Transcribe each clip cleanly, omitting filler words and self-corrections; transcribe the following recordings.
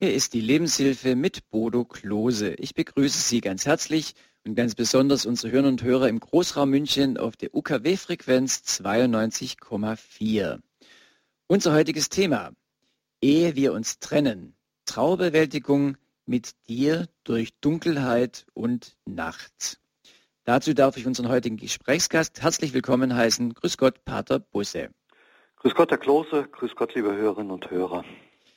Hier ist die Lebenshilfe mit Bodo Klose. Ich begrüße Sie ganz herzlich und ganz besonders unsere Hörerinnen und Hörer im Großraum München auf der UKW-Frequenz 92,4. Unser heutiges Thema: Ehe wir uns trennen. Trauerbewältigung mit dir durch Dunkelheit und Nacht. Dazu darf ich unseren heutigen Gesprächsgast herzlich willkommen heißen. Grüß Gott, Pater Busse. Grüß Gott, Herr Klose. Grüß Gott, liebe Hörerinnen und Hörer.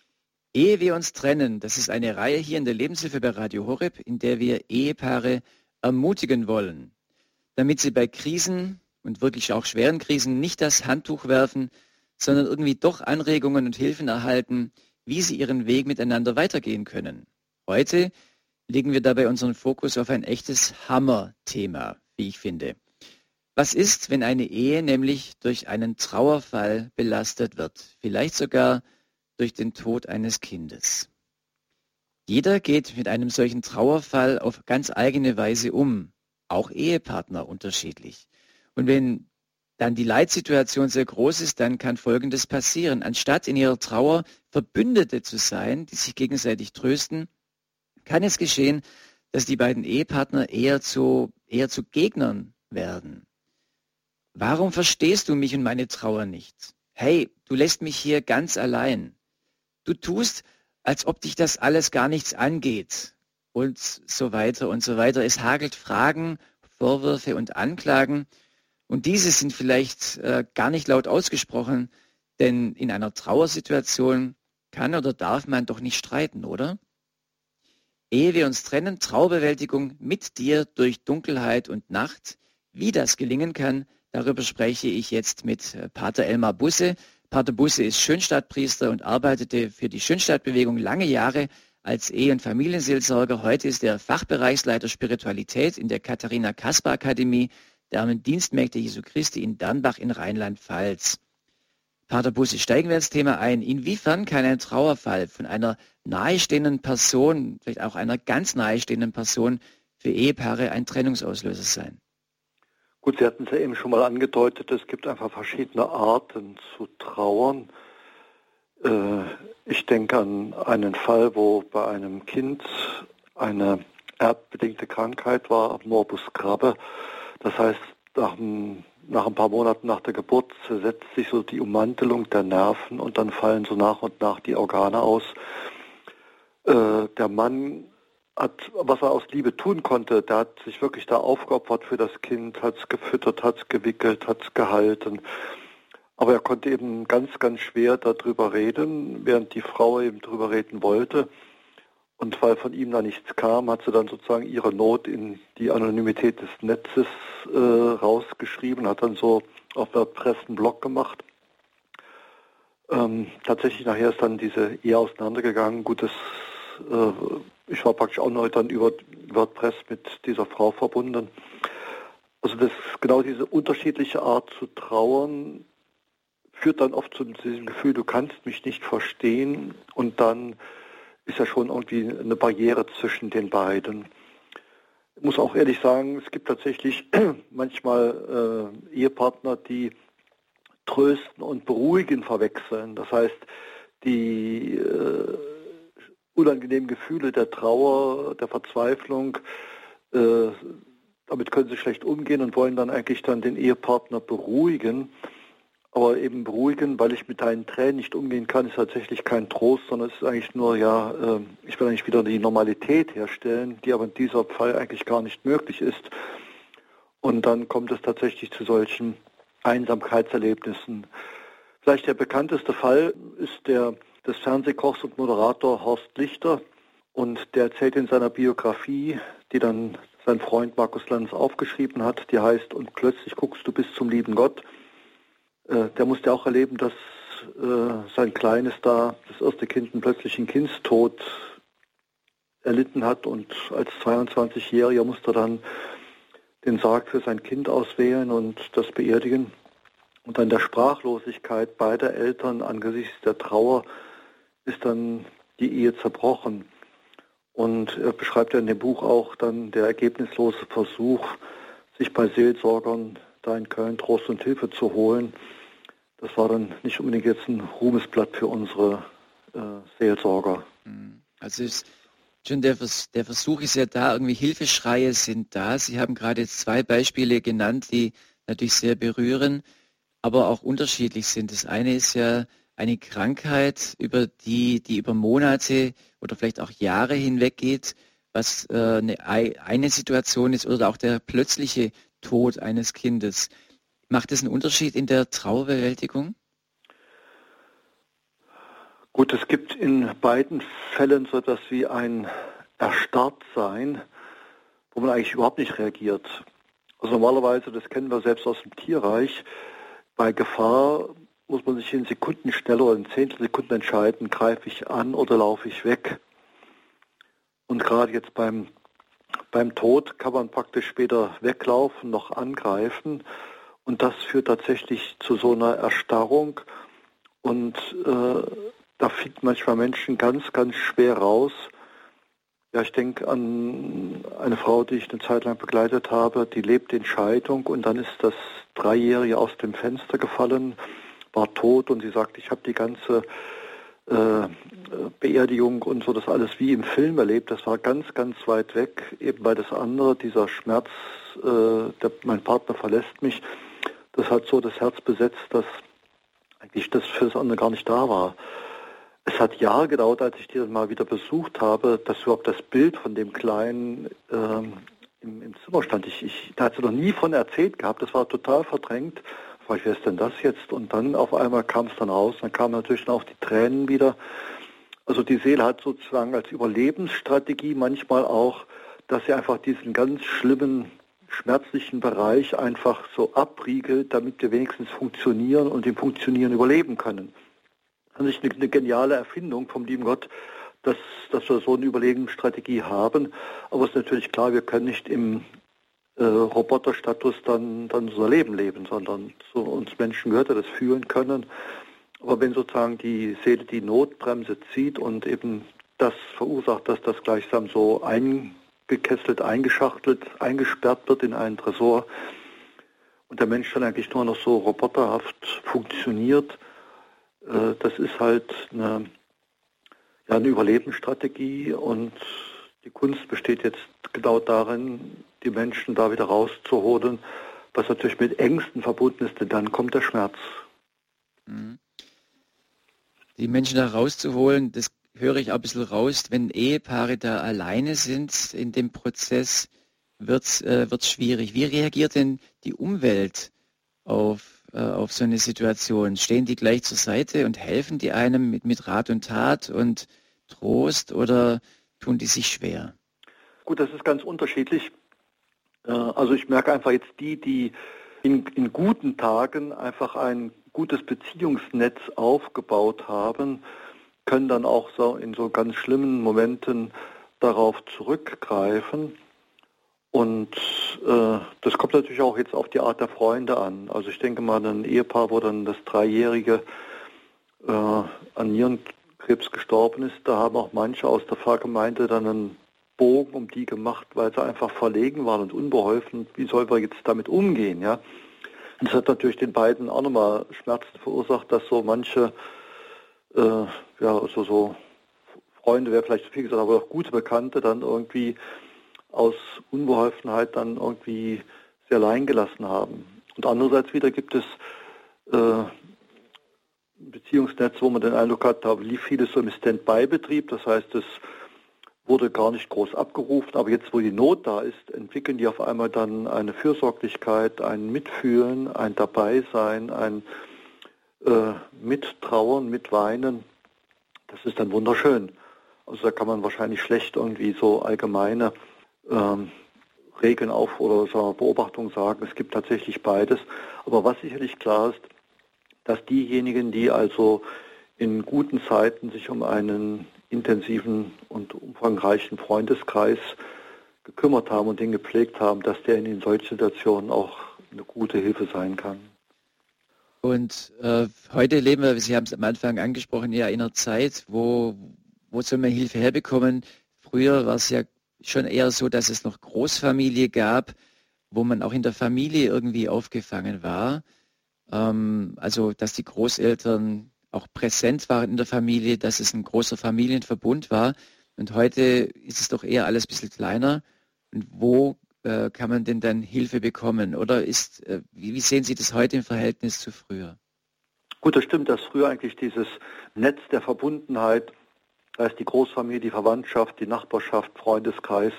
Ehe wir uns trennen, das ist eine Reihe hier in der Lebenshilfe bei Radio Horeb, in der wir Ehepaare ermutigen wollen, damit sie bei Krisen und wirklich auch schweren Krisen nicht das Handtuch werfen, sondern irgendwie doch Anregungen und Hilfen erhalten, wie sie ihren Weg miteinander weitergehen können. Heute legen wir dabei unseren Fokus auf ein echtes Hammer-Thema, wie ich finde. Was ist, wenn eine Ehe nämlich durch einen Trauerfall belastet wird, vielleicht sogar durch den Tod eines Kindes? Jeder geht mit einem solchen Trauerfall auf ganz eigene Weise um, auch Ehepartner unterschiedlich. Und wenn dann die Leitsituation sehr groß ist, dann kann Folgendes passieren. Anstatt in ihrer Trauer Verbündete zu sein, die sich gegenseitig trösten, kann es geschehen, dass die beiden Ehepartner eher zu Gegnern werden. Warum verstehst du mich und meine Trauer nicht? Hey, du lässt mich hier ganz allein. Du tust, als ob dich das alles gar nichts angeht. Und so weiter und so weiter. Es hagelt Fragen, Vorwürfe und Anklagen. Und diese sind vielleicht gar nicht laut ausgesprochen, denn in einer Trauersituation kann oder darf man doch nicht streiten, oder? Ehe wir uns trennen, Trauerbewältigung mit dir durch Dunkelheit und Nacht. Wie das gelingen kann, darüber spreche ich jetzt mit Pater Elmar Busse. Pater Busse ist Schönstadtpriester und arbeitete für die Schönstadtbewegung lange Jahre als Ehe- und Familienseelsorger. Heute ist er Fachbereichsleiter Spiritualität in der Katharina-Kasper-Akademie der Armen Dienstmägde Jesu Christi in Dernbach in Rheinland-Pfalz. Pater Busse, steigen wir ins Thema ein. Inwiefern kann ein Trauerfall von einer nahestehenden Person, vielleicht auch einer ganz nahestehenden Person, für Ehepaare ein Trennungsauslöser sein? Gut, Sie hatten es ja eben schon mal angedeutet, es gibt einfach verschiedene Arten zu trauern. Ich denke an einen Fall, wo bei einem Kind eine erbbedingte Krankheit war, Morbus Krabbe. Das heißt, nach ein paar Monaten nach der Geburt setzt sich so die Ummantelung der Nerven und dann fallen so nach und nach die Organe aus. Der Mann hat, was er aus Liebe tun konnte, der hat sich wirklich da aufgeopfert für das Kind, hat es gefüttert, hat es gewickelt, hat es gehalten. Aber er konnte eben ganz, ganz schwer darüber reden, während die Frau eben darüber reden wollte. Und weil von ihm da nichts kam, hat sie dann sozusagen ihre Not in die Anonymität des Netzes rausgeschrieben, hat dann so auf WordPress einen Blog gemacht. Tatsächlich nachher ist dann diese Ehe auseinandergegangen. Ich war praktisch auch noch dann über WordPress mit dieser Frau verbunden. Also das genau diese unterschiedliche Art zu trauern führt dann oft zu diesem Gefühl, du kannst mich nicht verstehen, und dann ist ja schon irgendwie eine Barriere zwischen den beiden. Ich muss auch ehrlich sagen, es gibt tatsächlich manchmal Ehepartner, die trösten und beruhigen verwechseln. Das heißt, die unangenehmen Gefühle der Trauer, der Verzweiflung, damit können sie schlecht umgehen und wollen dann eigentlich den Ehepartner beruhigen. Aber eben beruhigen, weil ich mit deinen Tränen nicht umgehen kann, ist tatsächlich kein Trost, sondern es ist eigentlich nur, ich will eigentlich wieder die Normalität herstellen, die aber in diesem Fall eigentlich gar nicht möglich ist. Und dann kommt es tatsächlich zu solchen Einsamkeitserlebnissen. Vielleicht der bekannteste Fall ist der des Fernsehkochs und Moderator Horst Lichter. Und der erzählt in seiner Biografie, die dann sein Freund Markus Lanz aufgeschrieben hat, die heißt "Und plötzlich guckst du bis zum lieben Gott". Der musste auch erleben, dass sein Kleines da, das erste Kind, einen plötzlichen Kindstod erlitten hat, und als 22-Jähriger musste er dann den Sarg für sein Kind auswählen und das beerdigen. Und an der Sprachlosigkeit beider Eltern angesichts der Trauer ist dann die Ehe zerbrochen. Und er beschreibt ja in dem Buch auch dann der ergebnislose Versuch, sich bei Seelsorgern da in Köln Trost und Hilfe zu holen. Das war dann nicht unbedingt jetzt ein Ruhmesblatt für unsere Seelsorger. Also schon der Versuch ist ja da, irgendwie Hilfeschreie sind da. Sie haben gerade jetzt 2 Beispiele genannt, die natürlich sehr berühren, aber auch unterschiedlich sind. Das eine ist ja eine Krankheit, die über Monate oder vielleicht auch Jahre hinweg geht, was eine Situation ist, oder auch der plötzliche Tod eines Kindes. Macht es einen Unterschied in der Trauerbewältigung? Gut, es gibt in beiden Fällen so etwas wie ein Erstarrtsein, wo man eigentlich überhaupt nicht reagiert. Also normalerweise, das kennen wir selbst aus dem Tierreich, bei Gefahr muss man sich in Sekundenschnelle oder in Zehntelsekunden entscheiden, greife ich an oder laufe ich weg. Und gerade jetzt beim Tod kann man praktisch weder weglaufen noch angreifen. Und das führt tatsächlich zu so einer Erstarrung. Und da finden manchmal Menschen ganz, ganz schwer raus. Ja, ich denke an eine Frau, die ich eine Zeit lang begleitet habe, die lebt in Scheidung und dann ist das 3-Jährige aus dem Fenster gefallen, war tot und sie sagt, ich habe die ganze Beerdigung und so, das alles wie im Film erlebt. Das war ganz, ganz weit weg, eben weil das andere, dieser Schmerz, mein Partner verlässt mich, das hat so das Herz besetzt, dass eigentlich das für das andere gar nicht da war. Es hat Jahre gedauert, als ich die dann mal wieder besucht habe, dass überhaupt das Bild von dem Kleinen im Zimmer stand. Da hat sie noch nie von erzählt gehabt, das war total verdrängt. Ich fragte, wer ist denn das jetzt? Und dann auf einmal kam es dann raus, dann kamen natürlich dann auch die Tränen wieder. Also die Seele hat sozusagen als Überlebensstrategie manchmal auch, dass sie einfach diesen ganz schlimmen, schmerzlichen Bereich einfach so abriegelt, damit wir wenigstens funktionieren und im Funktionieren überleben können. Das ist eine geniale Erfindung vom lieben Gott, dass wir so eine Überlebensstrategie haben. Aber es ist natürlich klar, wir können nicht im Roboterstatus dann unser Leben leben, sondern zu uns Menschen gehört ja das Fühlen können. Aber wenn sozusagen die Seele die Notbremse zieht und eben das verursacht, dass das gleichsam so eingekesselt, eingeschachtelt, eingesperrt wird in einen Tresor und der Mensch dann eigentlich nur noch so roboterhaft funktioniert, das ist halt eine Überlebensstrategie und die Kunst besteht jetzt genau darin, die Menschen da wieder rauszuholen, was natürlich mit Ängsten verbunden ist, denn dann kommt der Schmerz. Die Menschen da rauszuholen, das höre ich auch ein bisschen raus, wenn Ehepaare da alleine sind in dem Prozess, wird's schwierig. Wie reagiert denn die Umwelt auf so eine Situation? Stehen die gleich zur Seite und helfen die einem mit Rat und Tat und Trost oder tun die sich schwer? Gut, das ist ganz unterschiedlich. Also ich merke einfach jetzt die in guten Tagen einfach ein gutes Beziehungsnetz aufgebaut haben, können dann auch so in so ganz schlimmen Momenten darauf zurückgreifen. Und das kommt natürlich auch jetzt auf die Art der Freunde an. Also ich denke mal, ein Ehepaar, wo dann das 3-Jährige an Nierenkrebs gestorben ist, da haben auch manche aus der Pfarrgemeinde dann einen Bogen um die gemacht, weil sie einfach verlegen waren und unbeholfen. Wie sollen wir jetzt damit umgehen? Ja? Und das hat natürlich den beiden auch nochmal Schmerzen verursacht, dass so manche, so Freunde, wäre vielleicht zu viel gesagt, aber auch gute Bekannte dann irgendwie aus Unbeholfenheit dann irgendwie sie allein gelassen haben. Und andererseits wieder gibt es ein Beziehungsnetz, wo man den Eindruck hat, da lief vieles so im Stand-by-Betrieb, das heißt, es wurde gar nicht groß abgerufen, aber jetzt, wo die Not da ist, entwickeln die auf einmal dann eine Fürsorglichkeit, ein Mitfühlen, ein Dabeisein, ein Mittrauern, Mitweinen. Das ist dann wunderschön. Also da kann man wahrscheinlich schlecht irgendwie so allgemeine Regeln oder Beobachtungen sagen. Es gibt tatsächlich beides. Aber was sicherlich klar ist, dass diejenigen, die also in guten Zeiten sich um einen intensiven und umfangreichen Freundeskreis gekümmert haben und den gepflegt haben, dass der in solchen Situationen auch eine gute Hilfe sein kann. Und heute leben wir, Sie haben es am Anfang angesprochen, ja in einer Zeit, wo soll man Hilfe herbekommen? Früher war es ja schon eher so, dass es noch Großfamilie gab, wo man auch in der Familie irgendwie aufgefangen war. Also, dass die Großeltern auch präsent waren in der Familie, dass es ein großer Familienverbund war. Und heute ist es doch eher alles ein bisschen kleiner. Und wo kann man denn dann Hilfe bekommen? Oder wie sehen Sie das heute im Verhältnis zu früher? Gut, das stimmt, dass früher eigentlich dieses Netz der Verbundenheit, da ist die Großfamilie, die Verwandtschaft, die Nachbarschaft, Freundeskreis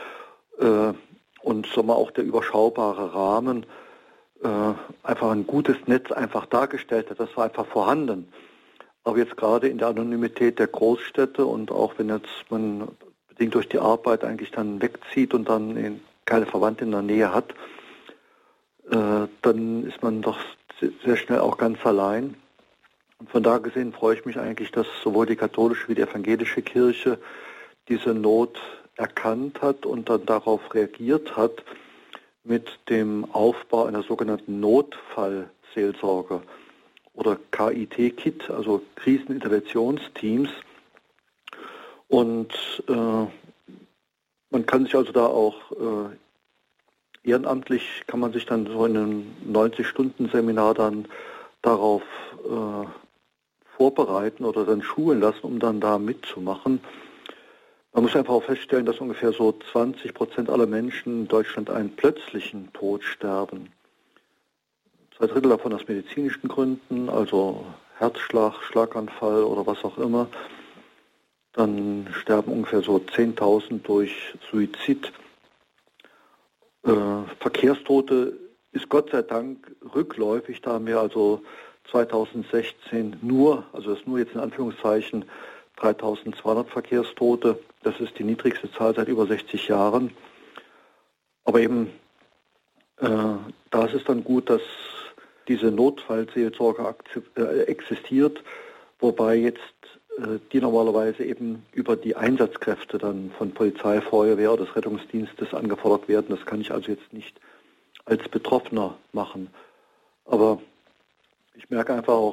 und sagen wir, auch der überschaubare Rahmen einfach ein gutes Netz einfach dargestellt hat. Das war einfach vorhanden. Aber jetzt gerade in der Anonymität der Großstädte und auch wenn jetzt man bedingt durch die Arbeit eigentlich dann wegzieht und dann keine Verwandte in der Nähe hat, dann ist man doch sehr schnell auch ganz allein. Und von da gesehen freue ich mich eigentlich, dass sowohl die katholische wie die evangelische Kirche diese Not erkannt hat und dann darauf reagiert hat mit dem Aufbau einer sogenannten Notfallseelsorge oder KIT-Kit, also Kriseninterventionsteams. Und man kann sich also da auch ehrenamtlich, kann man sich dann so in einem 90-Stunden-Seminar dann darauf vorbereiten oder dann schulen lassen, um dann da mitzumachen. Man muss einfach auch feststellen, dass ungefähr so 20% aller Menschen in Deutschland einen plötzlichen Tod sterben. 2/3 davon aus medizinischen Gründen, also Herzschlag, Schlaganfall oder was auch immer. Dann sterben ungefähr so 10.000 durch Suizid. Verkehrstote ist Gott sei Dank rückläufig. Da haben wir also 2016 das ist nur jetzt in Anführungszeichen 3.200 Verkehrstote. Das ist die niedrigste Zahl seit über 60 Jahren. Aber eben da ist es dann gut, dass diese Notfallseelsorge existiert, wobei jetzt die normalerweise eben über die Einsatzkräfte dann von Polizei, Feuerwehr oder des Rettungsdienstes angefordert werden. Das kann ich also jetzt nicht als Betroffener machen. Aber ich merke einfach auch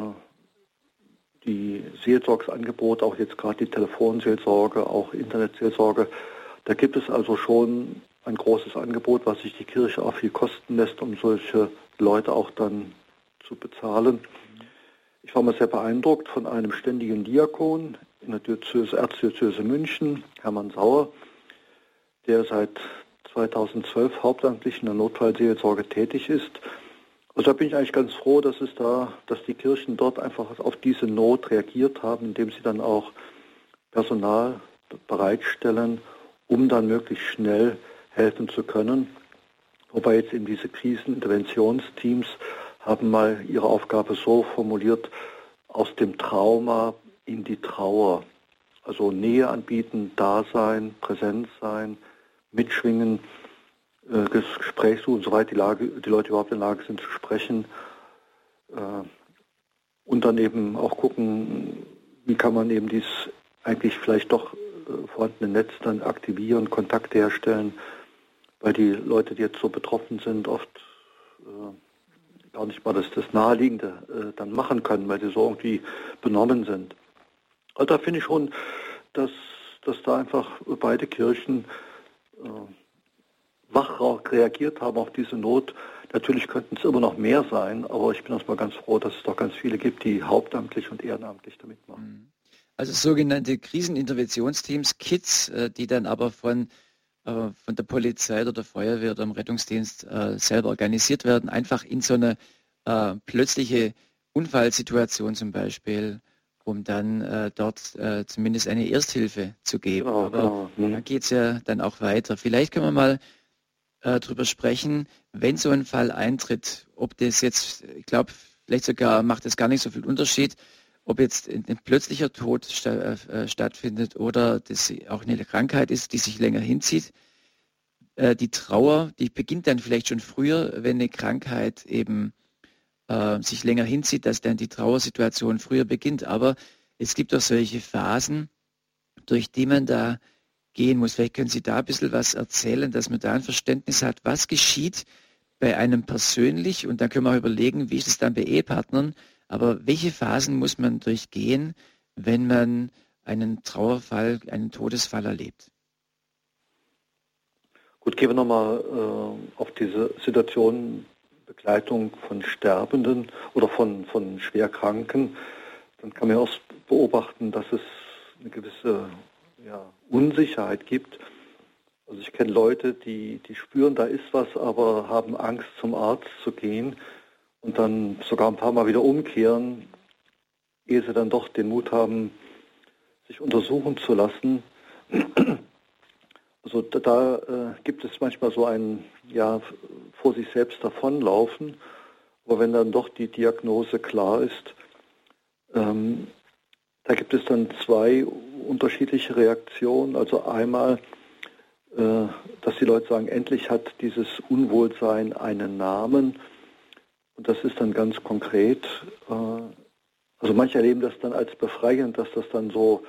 die Seelsorgsangebote, auch jetzt gerade die Telefonseelsorge, auch Internetseelsorge, da gibt es also schon ein großes Angebot, was sich die Kirche auch viel kosten lässt, um solche Leute auch dann zu bezahlen. Ich war mal sehr beeindruckt von einem ständigen Diakon in der Erzdiözese München, Hermann Sauer, der seit 2012 hauptamtlich in der Notfallseelsorge tätig ist. Also da bin ich eigentlich ganz froh, dass die Kirchen dort einfach auf diese Not reagiert haben, indem sie dann auch Personal bereitstellen, um dann möglichst schnell helfen zu können. Wobei jetzt eben diese Kriseninterventionsteams haben mal ihre Aufgabe so formuliert, aus dem Trauma in die Trauer. Also Nähe anbieten, da sein, präsent sein, mitschwingen, Gespräch suchen, soweit die Leute überhaupt in der Lage sind zu sprechen. Und dann eben auch gucken, wie kann man eben dieses eigentlich vielleicht doch vorhandene Netz dann aktivieren, Kontakte herstellen, weil die Leute, die jetzt so betroffen sind, oft gar nicht mal das Naheliegende dann machen können, weil sie so irgendwie benommen sind. Also da finde ich schon, dass da einfach beide Kirchen wach reagiert haben auf diese Not. Natürlich könnten es immer noch mehr sein, aber ich bin erstmal ganz froh, dass es doch ganz viele gibt, die hauptamtlich und ehrenamtlich damit machen. Also sogenannte Kriseninterventionsteams, KITs, die dann aber von der Polizei oder der Feuerwehr oder dem Rettungsdienst selber organisiert werden, einfach in so eine plötzliche Unfallsituation zum Beispiel, um dann dort zumindest eine Ersthilfe zu geben. Genau, aber genau. da geht es ja dann auch weiter. Vielleicht können wir mal drüber sprechen, wenn so ein Fall eintritt, ob das jetzt, ich glaube, vielleicht sogar macht es gar nicht so viel Unterschied, ob jetzt ein plötzlicher Tod stattfindet oder das auch eine Krankheit ist, die sich länger hinzieht. Die Trauer, die beginnt dann vielleicht schon früher, wenn eine Krankheit eben sich länger hinzieht, dass dann die Trauersituation früher beginnt. Aber es gibt auch solche Phasen, durch die man da gehen muss. Vielleicht können Sie da ein bisschen was erzählen, dass man da ein Verständnis hat, was geschieht bei einem persönlich, und dann können wir auch überlegen, wie ist es dann bei Ehepartnern, aber welche Phasen muss man durchgehen, wenn man einen Trauerfall, einen Todesfall erlebt? Gut, gehen wir nochmal auf diese Situation Begleitung von Sterbenden oder von Schwerkranken. Dann kann man auch beobachten, dass es eine gewisse Unsicherheit gibt. Also ich kenne Leute, die spüren, da ist was, aber haben Angst, zum Arzt zu gehen und dann sogar ein paar Mal wieder umkehren, ehe sie dann doch den Mut haben, sich untersuchen zu lassen. Also da gibt es manchmal so ein vor sich selbst davonlaufen, aber wenn dann doch die Diagnose klar ist, da gibt es dann zwei unterschiedliche Reaktionen. Also einmal, dass die Leute sagen, endlich hat dieses Unwohlsein einen Namen. Und das ist dann ganz konkret. Also manche erleben das dann als befreiend, dass das dann so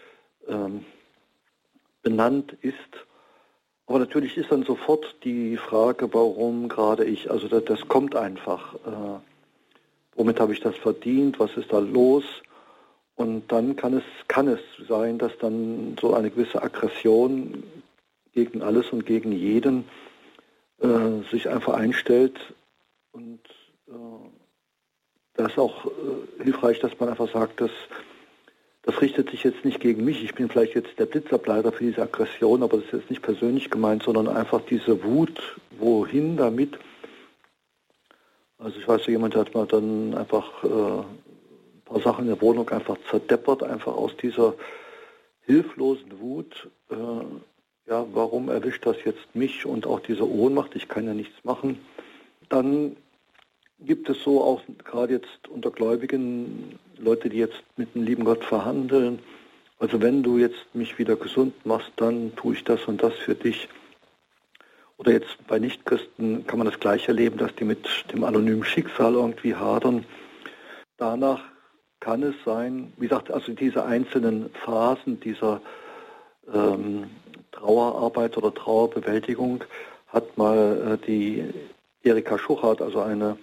benannt ist. Aber natürlich ist dann sofort die Frage, warum gerade ich? Also das kommt einfach. Womit habe ich das verdient? Was ist da los? Und dann kann es sein, dass dann so eine gewisse Aggression gegen alles und gegen jeden sich einfach einstellt. Und da ist auch hilfreich, dass man einfach sagt, das richtet sich jetzt nicht gegen mich. Ich bin vielleicht jetzt der Blitzableiter für diese Aggression, aber das ist jetzt nicht persönlich gemeint, sondern einfach diese Wut, wohin damit. Also ich weiß, jemand hat mal dann einfach ein paar Sachen in der Wohnung einfach zerdeppert, einfach aus dieser hilflosen Wut. Warum erwischt das jetzt mich und auch diese Ohnmacht, ich kann ja nichts machen. Dann gibt es so auch gerade jetzt unter Gläubigen Leute, die jetzt mit dem lieben Gott verhandeln. Also wenn du jetzt mich wieder gesund machst, dann tue ich das und das für dich. Oder jetzt bei Nichtchristen kann man das gleich erleben, dass die mit dem anonymen Schicksal irgendwie hadern. Danach kann es sein, wie gesagt, also diese einzelnen Phasen dieser Trauerarbeit oder Trauerbewältigung hat mal die Erika Schuchart, also eine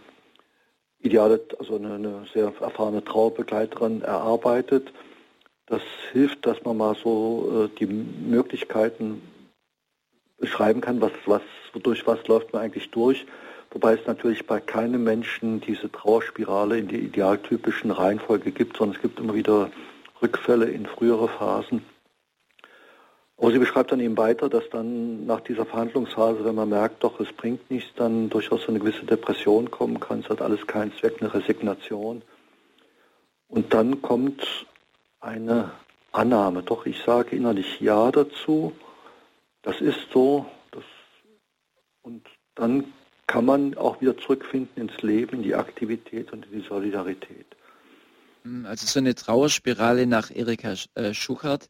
eine sehr erfahrene Trauerbegleiterin, erarbeitet. Das hilft, dass man mal so die Möglichkeiten beschreiben kann, durch was läuft man eigentlich durch. Wobei es natürlich bei keinem Menschen diese Trauerspirale in der idealtypischen Reihenfolge gibt, sondern es gibt immer wieder Rückfälle in frühere Phasen. Aber sie beschreibt dann eben weiter, dass dann nach dieser Verhandlungsphase, wenn man merkt, doch, es bringt nichts, dann durchaus so eine gewisse Depression kommen kann. Es hat alles keinen Zweck, eine Resignation. Und dann kommt eine Annahme. Doch, ich sage innerlich Ja dazu. Das ist so. Und dann kann man auch wieder zurückfinden ins Leben, in die Aktivität und in die Solidarität. Also so eine Trauerspirale nach Erika Schuchart,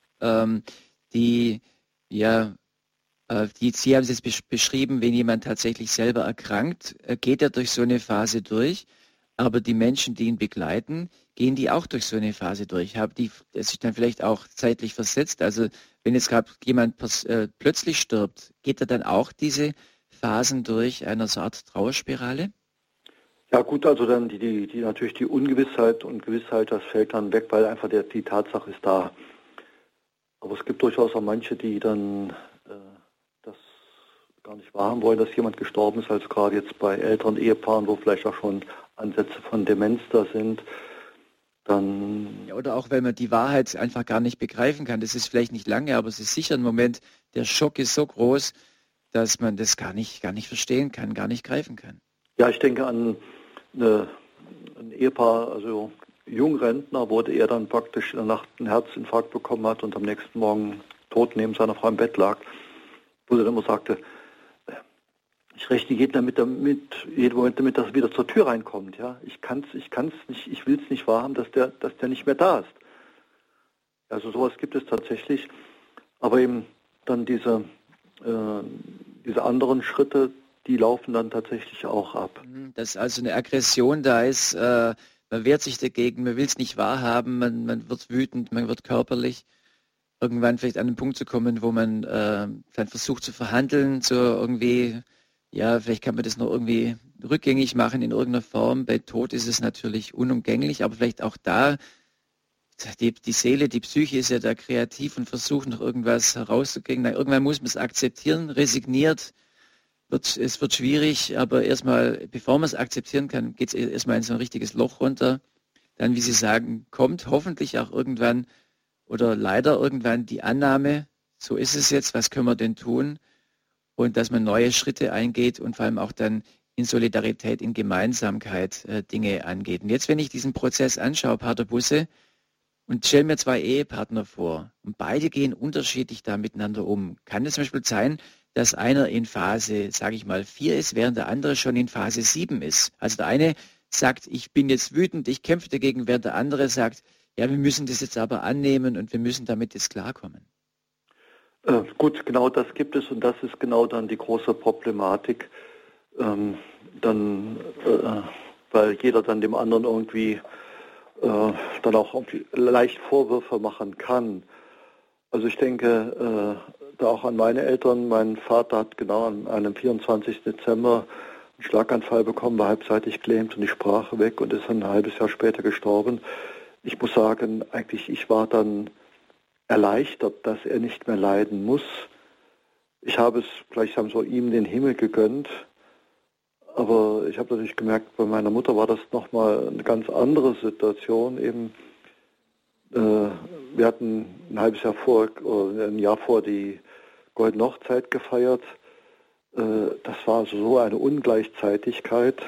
Sie haben es jetzt beschrieben, wenn jemand tatsächlich selber erkrankt, geht er durch so eine Phase durch, aber die Menschen, die ihn begleiten, gehen die auch durch so eine Phase durch. Es ist dann vielleicht auch zeitlich versetzt, also wenn jetzt gerade jemand plötzlich stirbt, geht er dann auch diese Phasen durch einer so Art Trauerspirale? Ja gut, also dann die natürlich die Ungewissheit und Gewissheit, das fällt dann weg, weil einfach die Tatsache ist da. Aber es gibt durchaus auch manche, die dann das gar nicht wahrhaben wollen, dass jemand gestorben ist, als gerade jetzt bei älteren Ehepaaren, wo vielleicht auch schon Ansätze von Demenz da sind. Dann Oder auch, wenn man die Wahrheit einfach gar nicht begreifen kann. Das ist vielleicht nicht lange, aber es ist sicher ein Moment, der Schock ist so groß, dass man das gar nicht verstehen kann, gar nicht greifen kann. Ja, ich denke an ein Ehepaar, also Jungrentner, wo er dann praktisch in der Nacht einen Herzinfarkt bekommen hat und am nächsten Morgen tot neben seiner Frau im Bett lag, wo er dann immer sagte, ich rechne jeden Moment damit, dass er wieder zur Tür reinkommt. Ja, ich will es nicht wahrhaben, dass der nicht mehr da ist. Also sowas gibt es tatsächlich, aber eben dann diese anderen Schritte, die laufen dann tatsächlich auch ab. Dass also eine Aggression da ist, man wehrt sich dagegen, man will es nicht wahrhaben, man wird wütend, man wird körperlich. Irgendwann vielleicht an den Punkt zu kommen, wo man dann versucht zu verhandeln, so irgendwie, ja, vielleicht kann man das noch irgendwie rückgängig machen in irgendeiner Form. Bei Tod ist es natürlich unumgänglich, aber vielleicht auch da, die Seele, die Psyche ist ja da kreativ und versucht noch irgendwas herauszukriegen. Irgendwann muss man es akzeptieren, resigniert. Es wird schwierig, aber erstmal, bevor man es akzeptieren kann, geht es erstmal in so ein richtiges Loch runter. Dann, wie Sie sagen, kommt hoffentlich auch irgendwann oder leider irgendwann die Annahme, so ist es jetzt, was können wir denn tun? Und dass man neue Schritte eingeht und vor allem auch dann in Solidarität, in Gemeinsamkeit Dinge angeht. Und jetzt, wenn ich diesen Prozess anschaue, Pater Busse, und stelle mir zwei Ehepartner vor und beide gehen unterschiedlich da miteinander um, kann es zum Beispiel sein, dass einer in Phase, sage ich mal, 4 ist, während der andere schon in Phase 7 ist. Also der eine sagt, ich bin jetzt wütend, ich kämpfe dagegen, während der andere sagt, ja, wir müssen das jetzt aber annehmen und wir müssen damit jetzt klarkommen. Gut, genau das gibt es und das ist genau dann die große Problematik, weil jeder dann dem anderen irgendwie dann auch irgendwie leicht Vorwürfe machen kann. Also ich denke da auch an meine Eltern. Mein Vater hat genau an einem 24. Dezember einen Schlaganfall bekommen, war halbseitig gelähmt und die Sprache weg und ist dann ein halbes Jahr später gestorben. Ich muss sagen, eigentlich ich war dann erleichtert, dass er nicht mehr leiden muss. Ich habe es gleichsam so ihm den Himmel gegönnt, aber ich habe natürlich gemerkt, bei meiner Mutter war das nochmal eine ganz andere Situation. Eben, wir hatten ein Jahr vor die Goldene Hochzeit gefeiert. Das war also so eine Ungleichzeitigkeit.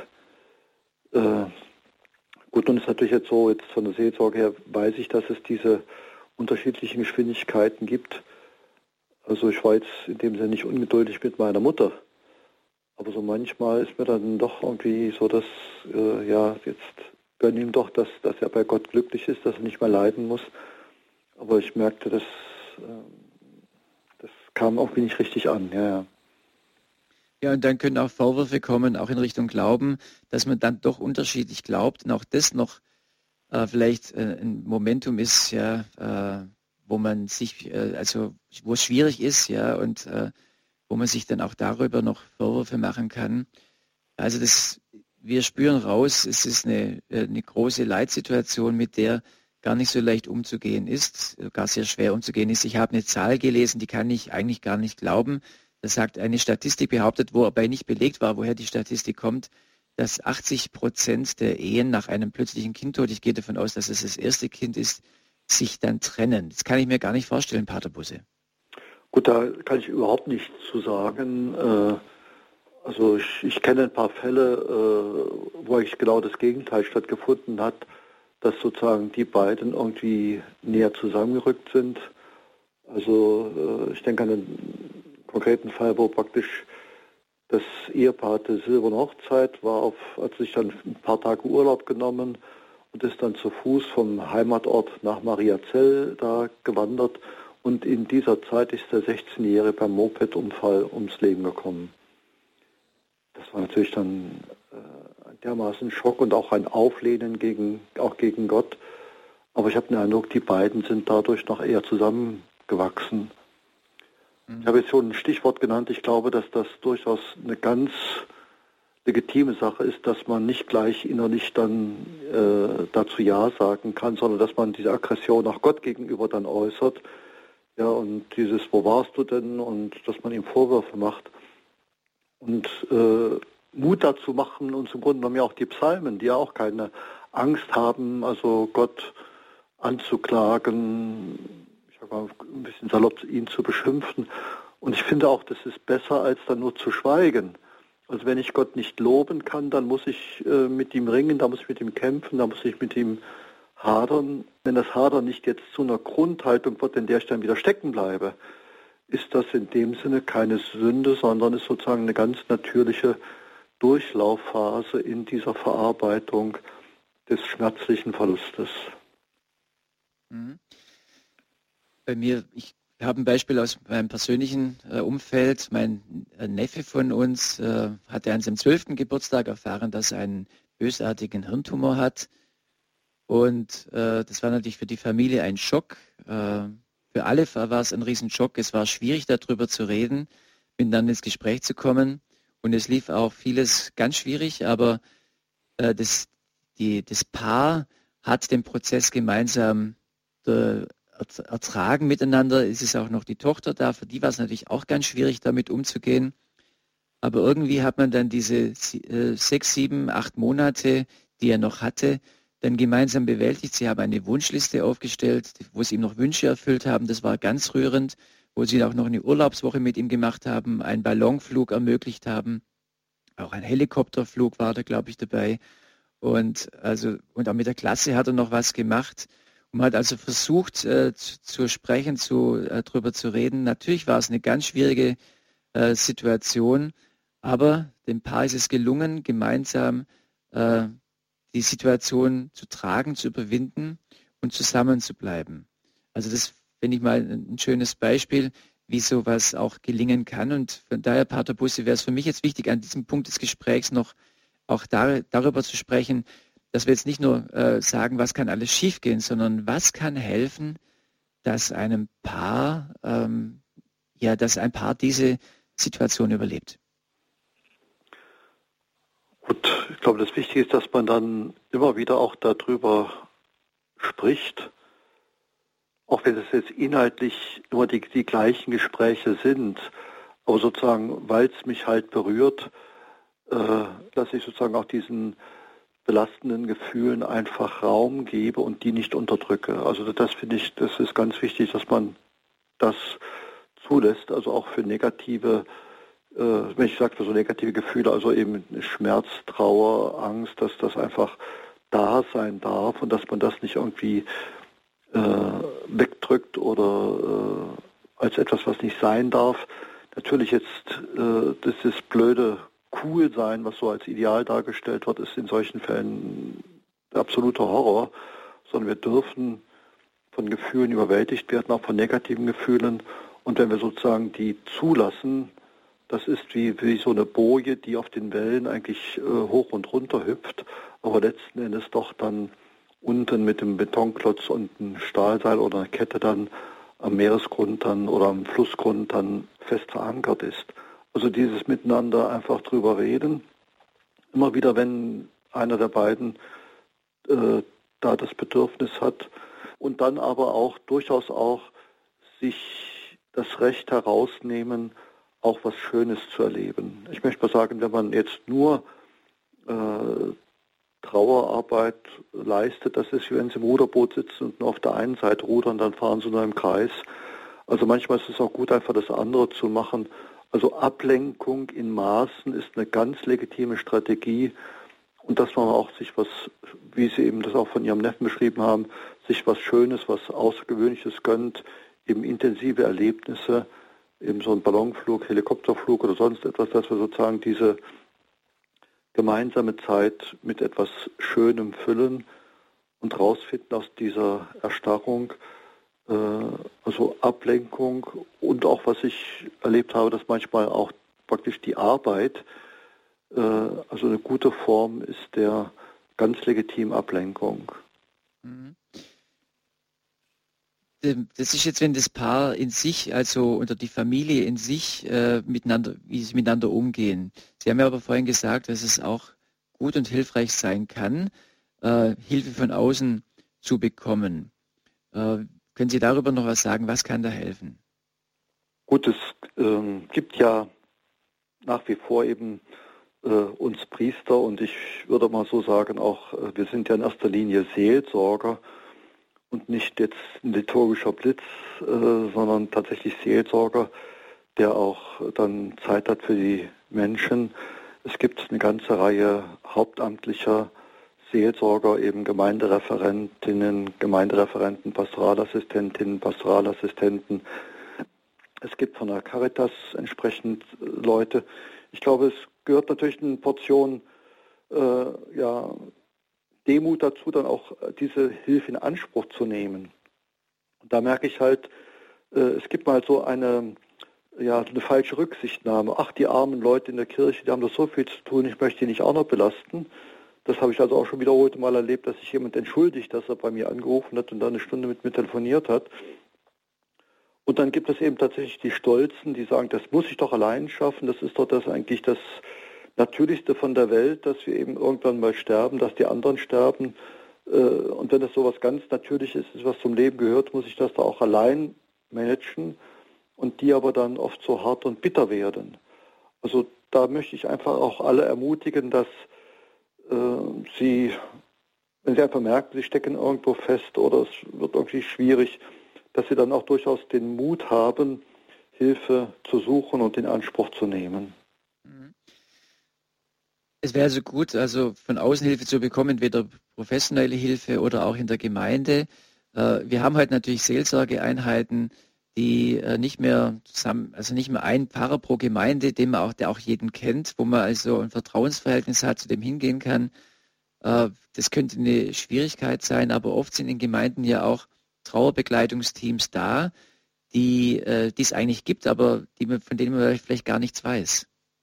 Gut, und es ist natürlich jetzt so, jetzt von der Seelsorge her weiß ich, dass es diese unterschiedlichen Geschwindigkeiten gibt. Also ich war jetzt in dem Sinne nicht ungeduldig mit meiner Mutter. Aber so manchmal ist mir dann doch irgendwie so, dass, jetzt gönn ihm doch, dass er bei Gott glücklich ist, dass er nicht mehr leiden muss. Aber ich merkte, das kam irgendwie nicht richtig an, ja. Ja, und dann können auch Vorwürfe kommen, auch in Richtung Glauben, dass man dann doch unterschiedlich glaubt und auch das noch vielleicht ein Momentum ist, ja, wo man sich, wo es schwierig ist, ja, und wo man sich dann auch darüber noch Vorwürfe machen kann. Also wir spüren raus, es ist eine große Leitsituation, mit der gar nicht so leicht umzugehen ist, gar sehr schwer umzugehen ist. Ich habe eine Zahl gelesen, die kann ich eigentlich gar nicht glauben. Das sagt eine Statistik behauptet, wobei nicht belegt war, woher die Statistik kommt, dass 80% der Ehen nach einem plötzlichen Kindtod, ich gehe davon aus, dass es das erste Kind ist, sich dann trennen. Das kann ich mir gar nicht vorstellen, Pater Busse. Gut, da kann ich überhaupt nichts zu sagen. Also ich kenne ein paar Fälle, wo eigentlich genau das Gegenteil stattgefunden hat, dass sozusagen die beiden irgendwie näher zusammengerückt sind. Also ich denke an einen konkreten Fall, wo praktisch das Ehepaar hatte silberne Hochzeit, hat sich dann ein paar Tage Urlaub genommen und ist dann zu Fuß vom Heimatort nach Mariazell da gewandert. Und in dieser Zeit ist der 16-Jährige beim Mopedunfall ums Leben gekommen. Das war natürlich dann ein dermaßen Schock und auch ein Auflehnen gegen Gott. Aber ich habe den Eindruck, die beiden sind dadurch noch eher zusammengewachsen. Ich habe jetzt schon ein Stichwort genannt. Ich glaube, dass das durchaus eine ganz legitime Sache ist, dass man nicht gleich innerlich dann dazu Ja sagen kann, sondern dass man diese Aggression auch Gott gegenüber dann äußert. Ja, und dieses, wo warst du denn? Und dass man ihm Vorwürfe macht. Und Mut dazu machen uns im Grunde genommen ja auch die Psalmen, die ja auch keine Angst haben, also Gott anzuklagen, ich sag mal ein bisschen salopp, ihn zu beschimpfen. Und ich finde auch, das ist besser, als dann nur zu schweigen. Also wenn ich Gott nicht loben kann, dann muss ich mit ihm ringen, da muss ich mit ihm kämpfen, da muss ich mit ihm hadern. Wenn das Hadern nicht jetzt zu einer Grundhaltung wird, in der ich dann wieder stecken bleibe, ist das in dem Sinne keine Sünde, sondern ist sozusagen eine ganz natürliche Durchlaufphase in dieser Verarbeitung des schmerzlichen Verlustes. Bei mir, ich habe ein Beispiel aus meinem persönlichen Umfeld. Mein Neffe von uns hatte an seinem 12. Geburtstag erfahren, dass er einen bösartigen Hirntumor hat. Und das war natürlich für die Familie ein Schock. Für alle war es ein Riesenschock. Es war schwierig, darüber zu reden, miteinander ins Gespräch zu kommen. Und es lief auch vieles ganz schwierig, aber das Paar hat den Prozess gemeinsam ertragen miteinander. Es ist auch noch die Tochter da, für die war es natürlich auch ganz schwierig, damit umzugehen. Aber irgendwie hat man dann diese 6, 7, 8 Monate, die er noch hatte, dann gemeinsam bewältigt. Sie haben eine Wunschliste aufgestellt, wo sie ihm noch Wünsche erfüllt haben. Das war ganz rührend, wo sie auch noch eine Urlaubswoche mit ihm gemacht haben, einen Ballonflug ermöglicht haben. Auch ein Helikopterflug war da, glaube ich, dabei. Und auch mit der Klasse hat er noch was gemacht. Und man hat also versucht zu sprechen, drüber zu reden. Natürlich war es eine ganz schwierige Situation, aber dem Paar ist es gelungen, gemeinsam die Situation zu tragen, zu überwinden und zusammen zu bleiben. Also das finde ich mal ein schönes Beispiel, wie sowas auch gelingen kann. Und von daher, Pater Busse, wäre es für mich jetzt wichtig, an diesem Punkt des Gesprächs noch auch darüber zu sprechen, dass wir jetzt nicht nur sagen, was kann alles schiefgehen, sondern was kann helfen, dass einem Paar, dass ein Paar diese Situation überlebt. Gut, ich glaube, das Wichtige ist, dass man dann immer wieder auch darüber spricht, auch wenn es jetzt inhaltlich immer die gleichen Gespräche sind, aber sozusagen, weil es mich halt berührt, dass ich sozusagen auch diesen belastenden Gefühlen einfach Raum gebe und die nicht unterdrücke. Also das finde ich, das ist ganz wichtig, dass man das zulässt, also auch für negative, wenn ich sage, für so negative Gefühle, also eben Schmerz, Trauer, Angst, dass das einfach da sein darf und dass man das nicht irgendwie wegdrückt oder als etwas, was nicht sein darf. Natürlich jetzt das blöde Cool-Sein, was so als Ideal dargestellt wird, ist in solchen Fällen absoluter Horror, sondern wir dürfen von Gefühlen überwältigt werden, auch von negativen Gefühlen. Und wenn wir sozusagen die zulassen, das ist wie so eine Boje, die auf den Wellen eigentlich hoch und runter hüpft, aber letzten Endes doch dann unten mit dem Betonklotz und einem Stahlseil oder einer Kette dann am Meeresgrund dann oder am Flussgrund dann fest verankert ist. Also dieses Miteinander einfach drüber reden, immer wieder, wenn einer der beiden da das Bedürfnis hat und dann aber auch durchaus auch sich das Recht herausnehmen, auch was Schönes zu erleben. Ich möchte mal sagen, wenn man jetzt nur Trauerarbeit leistet, das ist, wie wenn sie im Ruderboot sitzen und nur auf der einen Seite rudern, dann fahren sie nur im Kreis. Also manchmal ist es auch gut, einfach das andere zu machen. Also Ablenkung in Maßen ist eine ganz legitime Strategie und dass man auch sich was, wie Sie eben das auch von Ihrem Neffen beschrieben haben, sich was Schönes, was Außergewöhnliches gönnt, eben intensive Erlebnisse, eben so ein Ballonflug, Helikopterflug oder sonst etwas, dass wir sozusagen diese gemeinsame Zeit mit etwas Schönem füllen und rausfinden aus dieser Erstarrung, also Ablenkung und auch, was ich erlebt habe, dass manchmal auch praktisch die Arbeit, also eine gute Form ist der ganz legitimen Ablenkung. Mhm. Das ist jetzt, wenn das Paar in sich, also oder die Familie in sich wie sie miteinander umgehen. Sie haben ja aber vorhin gesagt, dass es auch gut und hilfreich sein kann, Hilfe von außen zu bekommen. Können Sie darüber noch was sagen? Was kann da helfen? Gut, es gibt ja nach wie vor eben uns Priester und ich würde mal so sagen, auch wir sind ja in erster Linie Seelsorger und nicht jetzt ein liturgischer Blitz, sondern tatsächlich Seelsorger, der auch dann Zeit hat für die Menschen. Es gibt eine ganze Reihe hauptamtlicher Seelsorger, eben Gemeindereferentinnen, Gemeindereferenten, Pastoralassistentinnen, Pastoralassistenten. Es gibt von der Caritas entsprechend Leute. Ich glaube, es gehört natürlich eine Portion Demut dazu, dann auch diese Hilfe in Anspruch zu nehmen. Und da merke ich halt, es gibt mal so eine falsche Rücksichtnahme. Ach, die armen Leute in der Kirche, die haben doch so viel zu tun, ich möchte die nicht auch noch belasten. Das habe ich also auch schon wiederholt mal erlebt, dass sich jemand entschuldigt, dass er bei mir angerufen hat und dann eine Stunde mit mir telefoniert hat. Und dann gibt es eben tatsächlich die Stolzen, die sagen, das muss ich doch allein schaffen, das ist doch das eigentlich das Natürlichste von der Welt, dass wir eben irgendwann mal sterben, dass die anderen sterben. Und wenn das so was ganz Natürliches ist, was zum Leben gehört, muss ich das da auch allein managen und die aber dann oft so hart und bitter werden. Also da möchte ich einfach auch alle ermutigen, dass sie, wenn sie einfach merken, sie stecken irgendwo fest oder es wird irgendwie schwierig, dass sie dann auch durchaus den Mut haben, Hilfe zu suchen und in Anspruch zu nehmen. Es wäre also gut, also von außen Hilfe zu bekommen, entweder professionelle Hilfe oder auch in der Gemeinde. Wir haben heute natürlich Seelsorgeeinheiten, die nicht mehr zusammen, also nicht mehr ein Pfarrer pro Gemeinde, der auch jeden kennt, wo man also ein Vertrauensverhältnis hat, zu dem hingehen kann. Das könnte eine Schwierigkeit sein, aber oft sind in Gemeinden ja auch Trauerbegleitungsteams da, die es eigentlich gibt, aber von denen man vielleicht gar nichts weiß.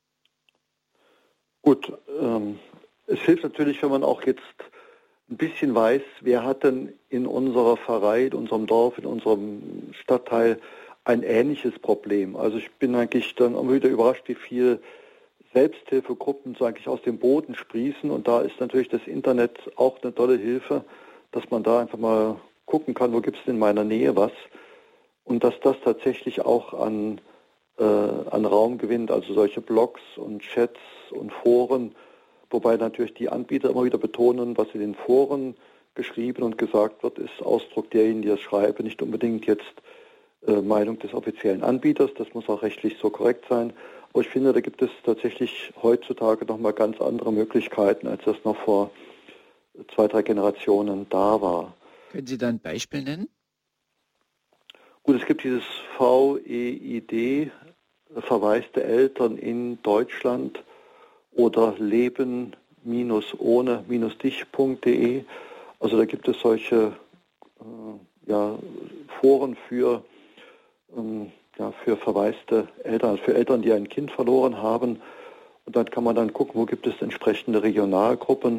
Gut, es hilft natürlich, wenn man auch jetzt ein bisschen weiß, wer hat denn in unserer Pfarrei, in unserem Dorf, in unserem Stadtteil ein ähnliches Problem. Also ich bin eigentlich dann immer wieder überrascht, wie viel Selbsthilfegruppen so eigentlich aus dem Boden sprießen. Und da ist natürlich das Internet auch eine tolle Hilfe, dass man da einfach mal gucken kann, wo gibt es in meiner Nähe was. Und dass das tatsächlich auch an Raum gewinnt, also solche Blogs und Chats und Foren, wobei natürlich die Anbieter immer wieder betonen, was in den Foren geschrieben und gesagt wird, ist Ausdruck derjenigen, die das schreiben, nicht unbedingt jetzt Meinung des offiziellen Anbieters, das muss auch rechtlich so korrekt sein. Aber ich finde, da gibt es tatsächlich heutzutage nochmal ganz andere Möglichkeiten, als das noch vor 2, 3 Generationen da war. Können Sie da ein Beispiel nennen? Gut, es gibt dieses VEID, verwaiste Eltern in Deutschland, oder leben-ohne-dich.de. Also da gibt es solche Foren für verwaiste Eltern, also für Eltern, die ein Kind verloren haben. Und dann kann man dann gucken, wo gibt es entsprechende Regionalgruppen.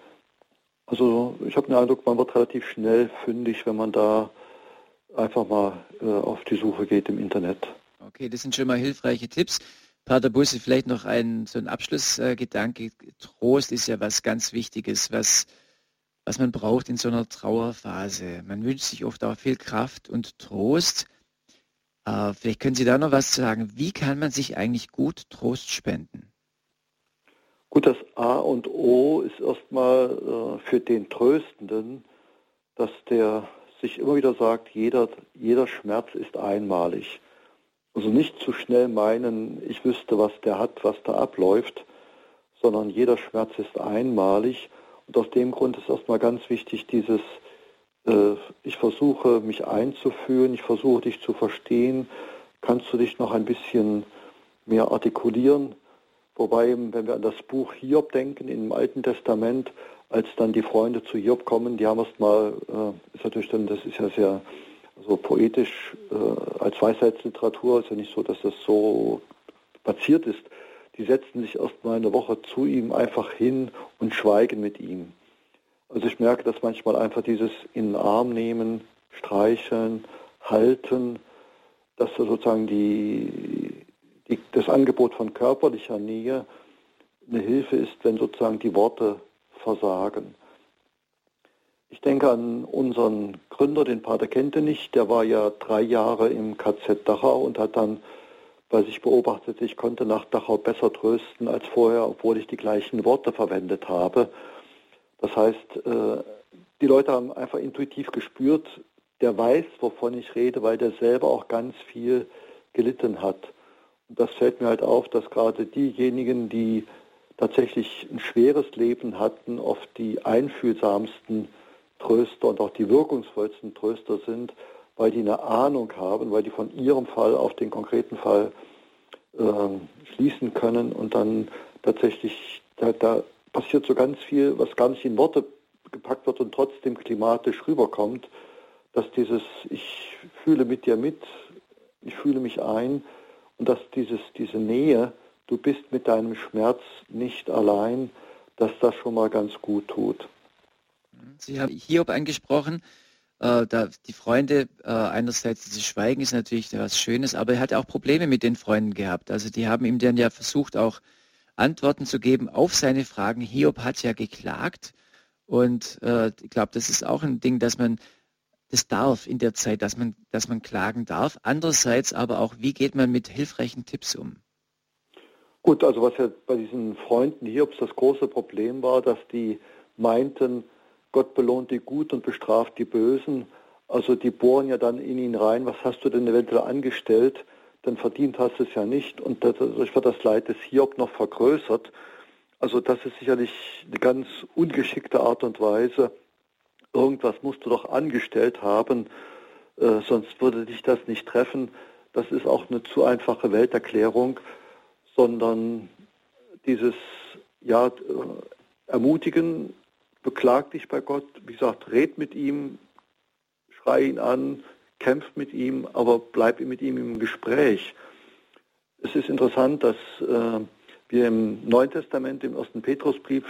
Also ich habe den Eindruck, man wird relativ schnell fündig, wenn man da einfach mal auf die Suche geht im Internet. Okay, das sind schon mal hilfreiche Tipps. Pater Busse, vielleicht noch so ein Abschlussgedanke. Trost ist ja was ganz Wichtiges, was man braucht in so einer Trauerphase. Man wünscht sich oft auch viel Kraft und Trost. Vielleicht können Sie da noch was sagen. Wie kann man sich eigentlich gut Trost spenden? Gut, das A und O ist erstmal für den Tröstenden, dass der sich immer wieder sagt, jeder Schmerz ist einmalig. Also nicht zu schnell meinen, ich wüsste, was der hat, was da abläuft, sondern jeder Schmerz ist einmalig. Und aus dem Grund ist erstmal ganz wichtig dieses, ich versuche mich einzufühlen, ich versuche dich zu verstehen, kannst du dich noch ein bisschen mehr artikulieren? Wobei, wenn wir an das Buch Hiob denken, im Alten Testament, als dann die Freunde zu Hiob kommen, die haben erstmal, ist natürlich dann, das ist ja sehr so poetisch, als Weisheitsliteratur, ist ja nicht so, dass das so passiert ist. Die setzen sich erstmal eine Woche zu ihm einfach hin und schweigen mit ihm. Also ich merke, dass manchmal einfach dieses in den Arm nehmen, streicheln, halten, dass sozusagen das Angebot von körperlicher Nähe eine Hilfe ist, wenn sozusagen die Worte versagen. Ich denke an unseren Gründer, den Pater Kentenich, der war ja 3 Jahre im KZ Dachau und hat dann bei sich beobachtet, ich konnte nach Dachau besser trösten als vorher, obwohl ich die gleichen Worte verwendet habe. Das heißt, die Leute haben einfach intuitiv gespürt, der weiß, wovon ich rede, weil der selber auch ganz viel gelitten hat. Und das fällt mir halt auf, dass gerade diejenigen, die tatsächlich ein schweres Leben hatten, oft die einfühlsamsten Tröster und auch die wirkungsvollsten Tröster sind, weil die eine Ahnung haben, weil die von ihrem Fall auf den konkreten Fall schließen können und dann tatsächlich, da passiert so ganz viel, was gar nicht in Worte gepackt wird und trotzdem klimatisch rüberkommt, dass dieses, ich fühle mit dir mit, ich fühle mich ein und dass diese Nähe, du bist mit deinem Schmerz nicht allein, dass das schon mal ganz gut tut. Sie haben Hiob angesprochen, die Freunde, einerseits dieses Schweigen ist natürlich was Schönes, aber er hat auch Probleme mit den Freunden gehabt. Also die haben ihm dann ja versucht, auch Antworten zu geben auf seine Fragen. Hiob hat ja geklagt und ich glaube, das ist auch ein Ding, dass man das darf in der Zeit, dass man klagen darf. Andererseits aber auch, wie geht man mit hilfreichen Tipps um? Gut, also was ja bei diesen Freunden Hiobs das große Problem war, dass die meinten, Gott belohnt die Guten und bestraft die Bösen. Also die bohren ja dann in ihn rein, was hast du denn eventuell angestellt? Denn verdient hast du es ja nicht. Und dadurch wird das Leid des Hiob noch vergrößert. Also das ist sicherlich eine ganz ungeschickte Art und Weise. Irgendwas musst du doch angestellt haben, sonst würde dich das nicht treffen. Das ist auch eine zu einfache Welterklärung, sondern dieses Ermutigen, beklag dich bei Gott, wie gesagt, red mit ihm, schrei ihn an, kämpf mit ihm, aber bleib mit ihm im Gespräch. Es ist interessant, dass wir im Neuen Testament, im 1. Petrusbrief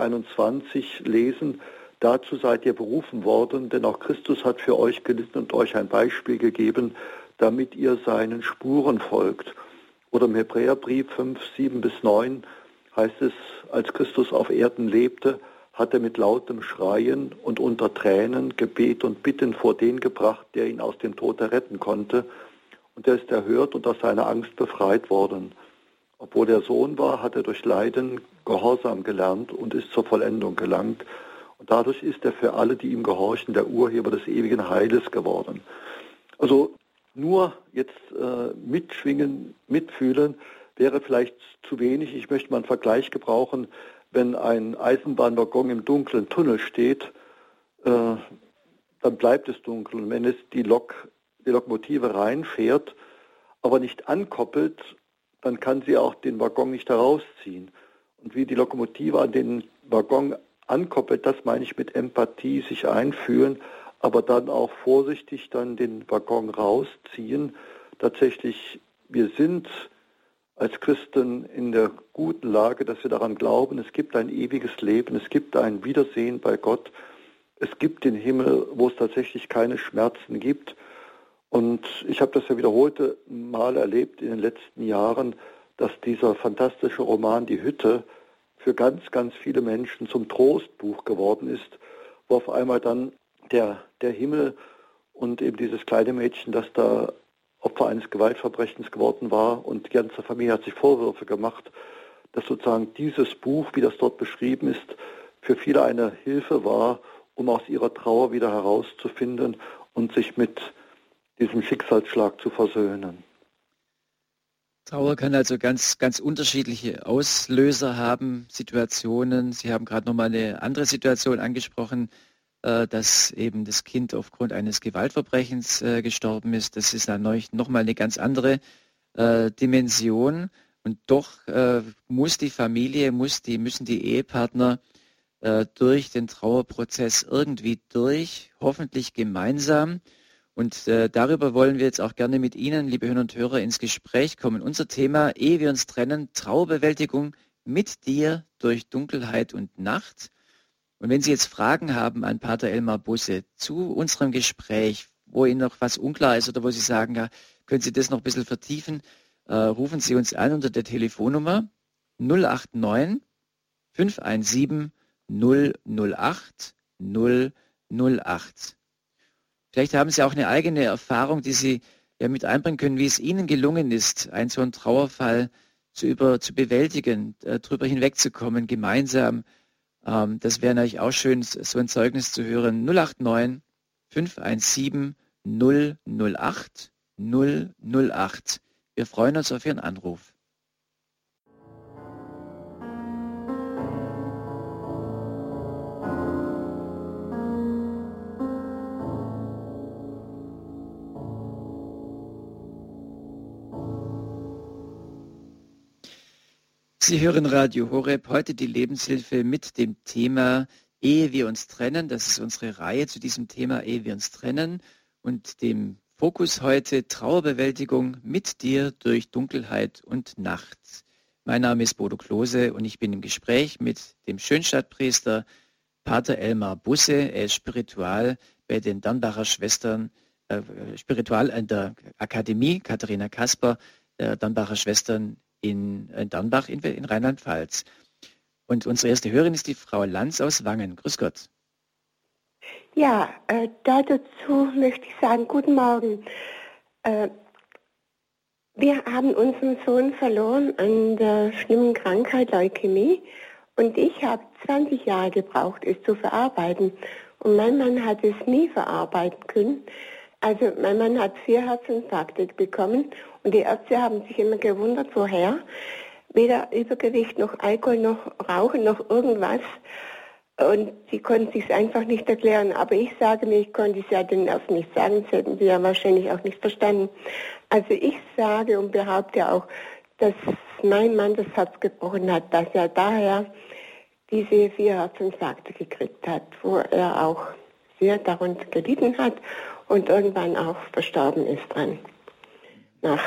2,21 lesen, dazu seid ihr berufen worden, denn auch Christus hat für euch gelitten und euch ein Beispiel gegeben, damit ihr seinen Spuren folgt. Oder im Hebräerbrief 5, 7 bis 9 heißt es, als Christus auf Erden lebte, hat er mit lautem Schreien und unter Tränen, Gebet und Bitten vor den gebracht, der ihn aus dem Tod erretten konnte. Und er ist erhört und aus seiner Angst befreit worden. Obwohl er Sohn war, hat er durch Leiden Gehorsam gelernt und ist zur Vollendung gelangt. Und dadurch ist er für alle, die ihm gehorchen, der Urheber des ewigen Heiles geworden. Also nur jetzt mitschwingen, mitfühlen, wäre vielleicht zu wenig. Ich möchte mal einen Vergleich gebrauchen. Wenn ein Eisenbahnwaggon im dunklen Tunnel steht, dann bleibt es dunkel. Und wenn es die Lokomotive reinfährt, aber nicht ankoppelt, dann kann sie auch den Waggon nicht herausziehen. Und wie die Lokomotive an den Waggon ankoppelt, das meine ich mit Empathie, sich einfühlen, aber dann auch vorsichtig dann den Waggon rausziehen. Tatsächlich, wir sind als Christen in der guten Lage, dass wir daran glauben, es gibt ein ewiges Leben, es gibt ein Wiedersehen bei Gott, es gibt den Himmel, wo es tatsächlich keine Schmerzen gibt. Und ich habe das ja wiederholte Mal erlebt in den letzten Jahren, dass dieser fantastische Roman Die Hütte für ganz, ganz viele Menschen zum Trostbuch geworden ist, wo auf einmal dann der Himmel und eben dieses kleine Mädchen, das da Opfer eines Gewaltverbrechens geworden war und die ganze Familie hat sich Vorwürfe gemacht, dass sozusagen dieses Buch, wie das dort beschrieben ist, für viele eine Hilfe war, um aus ihrer Trauer wieder herauszufinden und sich mit diesem Schicksalsschlag zu versöhnen. Trauer kann also ganz, ganz unterschiedliche Auslöser haben, Situationen. Sie haben gerade nochmal eine andere Situation angesprochen, dass eben das Kind aufgrund eines Gewaltverbrechens gestorben ist. Das ist dann nochmal eine ganz andere Dimension. Und doch muss die Familie, müssen die Ehepartner durch den Trauerprozess irgendwie durch, hoffentlich gemeinsam. Und darüber wollen wir jetzt auch gerne mit Ihnen, liebe Hörer und Hörer, ins Gespräch kommen. Unser Thema, ehe wir uns trennen, Trauerbewältigung mit dir durch Dunkelheit und Nacht. Und wenn Sie jetzt Fragen haben an Pater Elmar Busse zu unserem Gespräch, wo Ihnen noch was unklar ist oder wo Sie sagen, ja, können Sie das noch ein bisschen vertiefen, rufen Sie uns an unter der Telefonnummer 089 517 008 008. Vielleicht haben Sie auch eine eigene Erfahrung, die Sie ja mit einbringen können, wie es Ihnen gelungen ist, einen so einen Trauerfall zu bewältigen, darüber hinwegzukommen, gemeinsam. Das wäre natürlich auch schön, so ein Zeugnis zu hören. 089 517 008 008. Wir freuen uns auf Ihren Anruf. Sie hören Radio Horeb, heute die Lebenshilfe mit dem Thema Ehe wir uns trennen. Das ist unsere Reihe zu diesem Thema Ehe wir uns trennen und dem Fokus heute Trauerbewältigung mit dir durch Dunkelheit und Nacht. Mein Name ist Bodo Klose und ich bin im Gespräch mit dem Schönstadtpriester Pater Elmar Busse. Er ist Spiritual bei den Dannbacher Schwestern, Spiritual an der Akademie Katharina Kasper, der Dannbacher Schwestern in Dannbach in Rheinland-Pfalz. Und unsere erste Hörerin ist die Frau Lanz aus Wangen. Grüß Gott. Ja, dazu möchte ich sagen, guten Morgen. Wir haben unseren Sohn verloren an der schlimmen Krankheit Leukämie Und ich habe 20 Jahre gebraucht, es zu verarbeiten. Und mein Mann hat es nie verarbeiten können. Also mein Mann hat 4 Herzinfarkte bekommen und die Ärzte haben sich immer gewundert, woher. Weder Übergewicht noch Alkohol noch Rauchen noch irgendwas. Und die konnten sich einfach nicht erklären. Aber ich sage mir, ich konnte es ja den Ärzten nicht sagen, das hätten sie ja wahrscheinlich auch nicht verstanden. Also ich sage und behaupte auch, dass mein Mann das Herz gebrochen hat, dass er daher diese 4 Herzinfarkte gekriegt hat, wo er auch sehr darunter gelitten hat und irgendwann auch verstorben ist dran. Nach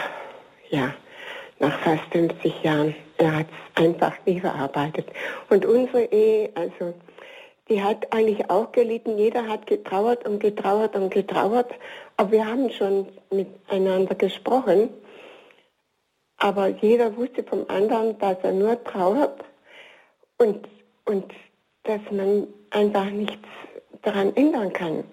fast 50 Jahren. Er hat es einfach nie verarbeitet. Und unsere Ehe, also die hat eigentlich auch gelitten. Jeder hat getrauert und getrauert und getrauert. Aber wir haben schon miteinander gesprochen. Aber jeder wusste vom anderen, dass er nur trauert und dass man einfach nichts daran ändern kann.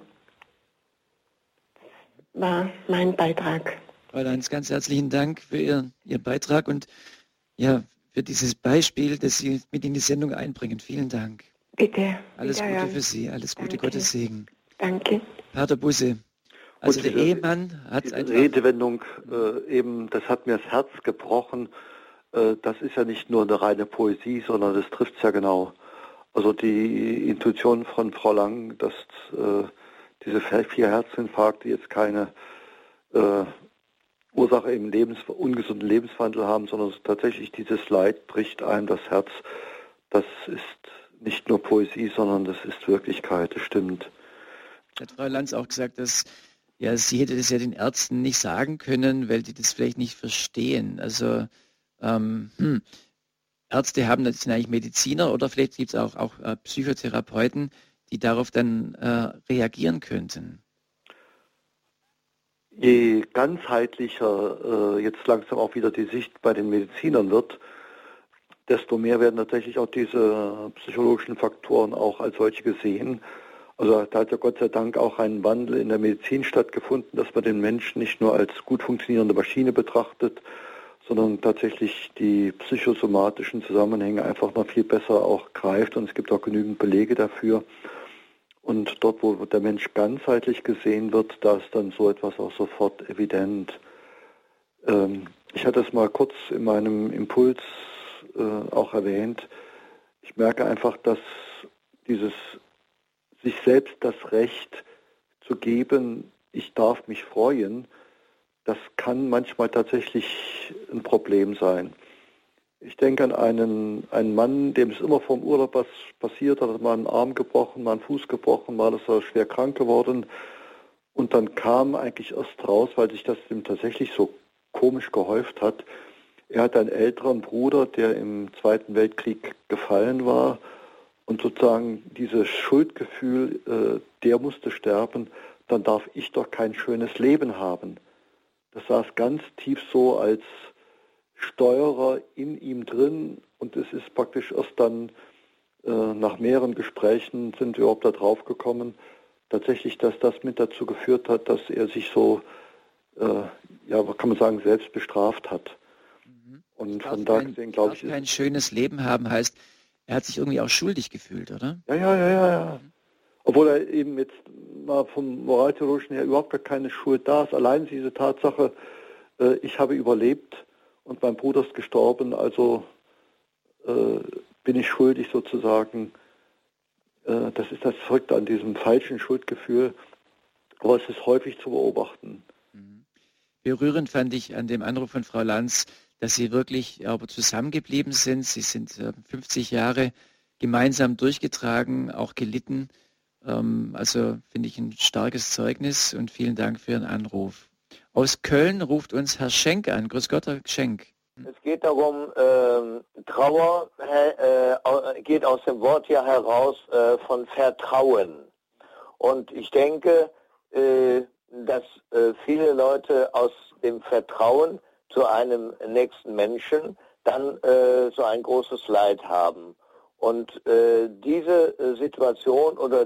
Das war mein Beitrag. Frau Lanz, ganz herzlichen Dank für Ihr Beitrag und ja, für dieses Beispiel, das Sie mit in die Sendung einbringen. Vielen Dank. Bitte. Alles Gute für Sie, alles Gute, Danke. Gottes Segen. Danke. Pater Busse, also der Ehemann hat eine Redewendung, eben, das hat mir das Herz gebrochen. Das ist ja nicht nur eine reine Poesie, sondern das trifft es ja genau. Also die Intuition von Frau Lang, dass diese 4 Herzinfarkte jetzt keine Ursache im ungesunden Lebenswandel haben, sondern tatsächlich dieses Leid bricht einem das Herz. Das ist nicht nur Poesie, sondern das ist Wirklichkeit, das stimmt. Hat Frau Lanz auch gesagt, dass ja, sie hätte das ja den Ärzten nicht sagen können, weil die das vielleicht nicht verstehen. Also Ärzte sind eigentlich Mediziner oder vielleicht gibt es auch Psychotherapeuten, die darauf dann reagieren könnten. Je ganzheitlicher jetzt langsam auch wieder die Sicht bei den Medizinern wird, desto mehr werden tatsächlich auch diese psychologischen Faktoren auch als solche gesehen. Also da hat ja Gott sei Dank auch ein Wandel in der Medizin stattgefunden, dass man den Menschen nicht nur als gut funktionierende Maschine betrachtet, sondern tatsächlich die psychosomatischen Zusammenhänge einfach noch viel besser auch greift und es gibt auch genügend Belege dafür. Und dort, wo der Mensch ganzheitlich gesehen wird, da ist dann so etwas auch sofort evident. Ich hatte es mal kurz in meinem Impuls auch erwähnt. Ich merke einfach, dass dieses sich selbst das Recht zu geben, ich darf mich freuen, das kann manchmal tatsächlich ein Problem sein. Ich denke an einen Mann, dem es immer vom Urlaub was passiert, hat mal einen Arm gebrochen, mal einen Fuß gebrochen, mal ist er schwer krank geworden. Und dann kam eigentlich erst raus, weil sich das ihm tatsächlich so komisch gehäuft hat. Er hat einen älteren Bruder, der im Zweiten Weltkrieg gefallen war. Und sozusagen dieses Schuldgefühl, der musste sterben, dann darf ich doch kein schönes Leben haben. Das saß ganz tief so als Steuerer in ihm drin und es ist praktisch erst dann nach mehreren Gesprächen sind wir überhaupt da drauf gekommen, tatsächlich, dass das mit dazu geführt hat, dass er sich so, kann man sagen, selbst bestraft hat. Und von da gesehen, glaube ich, kein schönes Leben haben heißt, er hat sich irgendwie auch schuldig gefühlt, oder? Ja. Obwohl er eben jetzt mal vom Moraltheologischen her überhaupt gar keine Schuld da ist. Allein diese Tatsache, ich habe überlebt und mein Bruder ist gestorben, also bin ich schuldig sozusagen. Das ist das Verrückte an diesem falschen Schuldgefühl, aber es ist häufig zu beobachten. Berührend fand ich an dem Anruf von Frau Lanz, dass Sie wirklich aber zusammengeblieben sind. Sie sind 50 Jahre gemeinsam durchgetragen, auch gelitten. Also finde ich ein starkes Zeugnis und vielen Dank für Ihren Anruf. Aus Köln ruft uns Herr Schenk an. Grüß Gott, Herr Schenk. Es geht darum, Trauer geht aus dem Wort ja heraus von Vertrauen. Und ich denke, dass viele Leute aus dem Vertrauen zu einem nächsten Menschen dann so ein großes Leid haben. Und diese Situation oder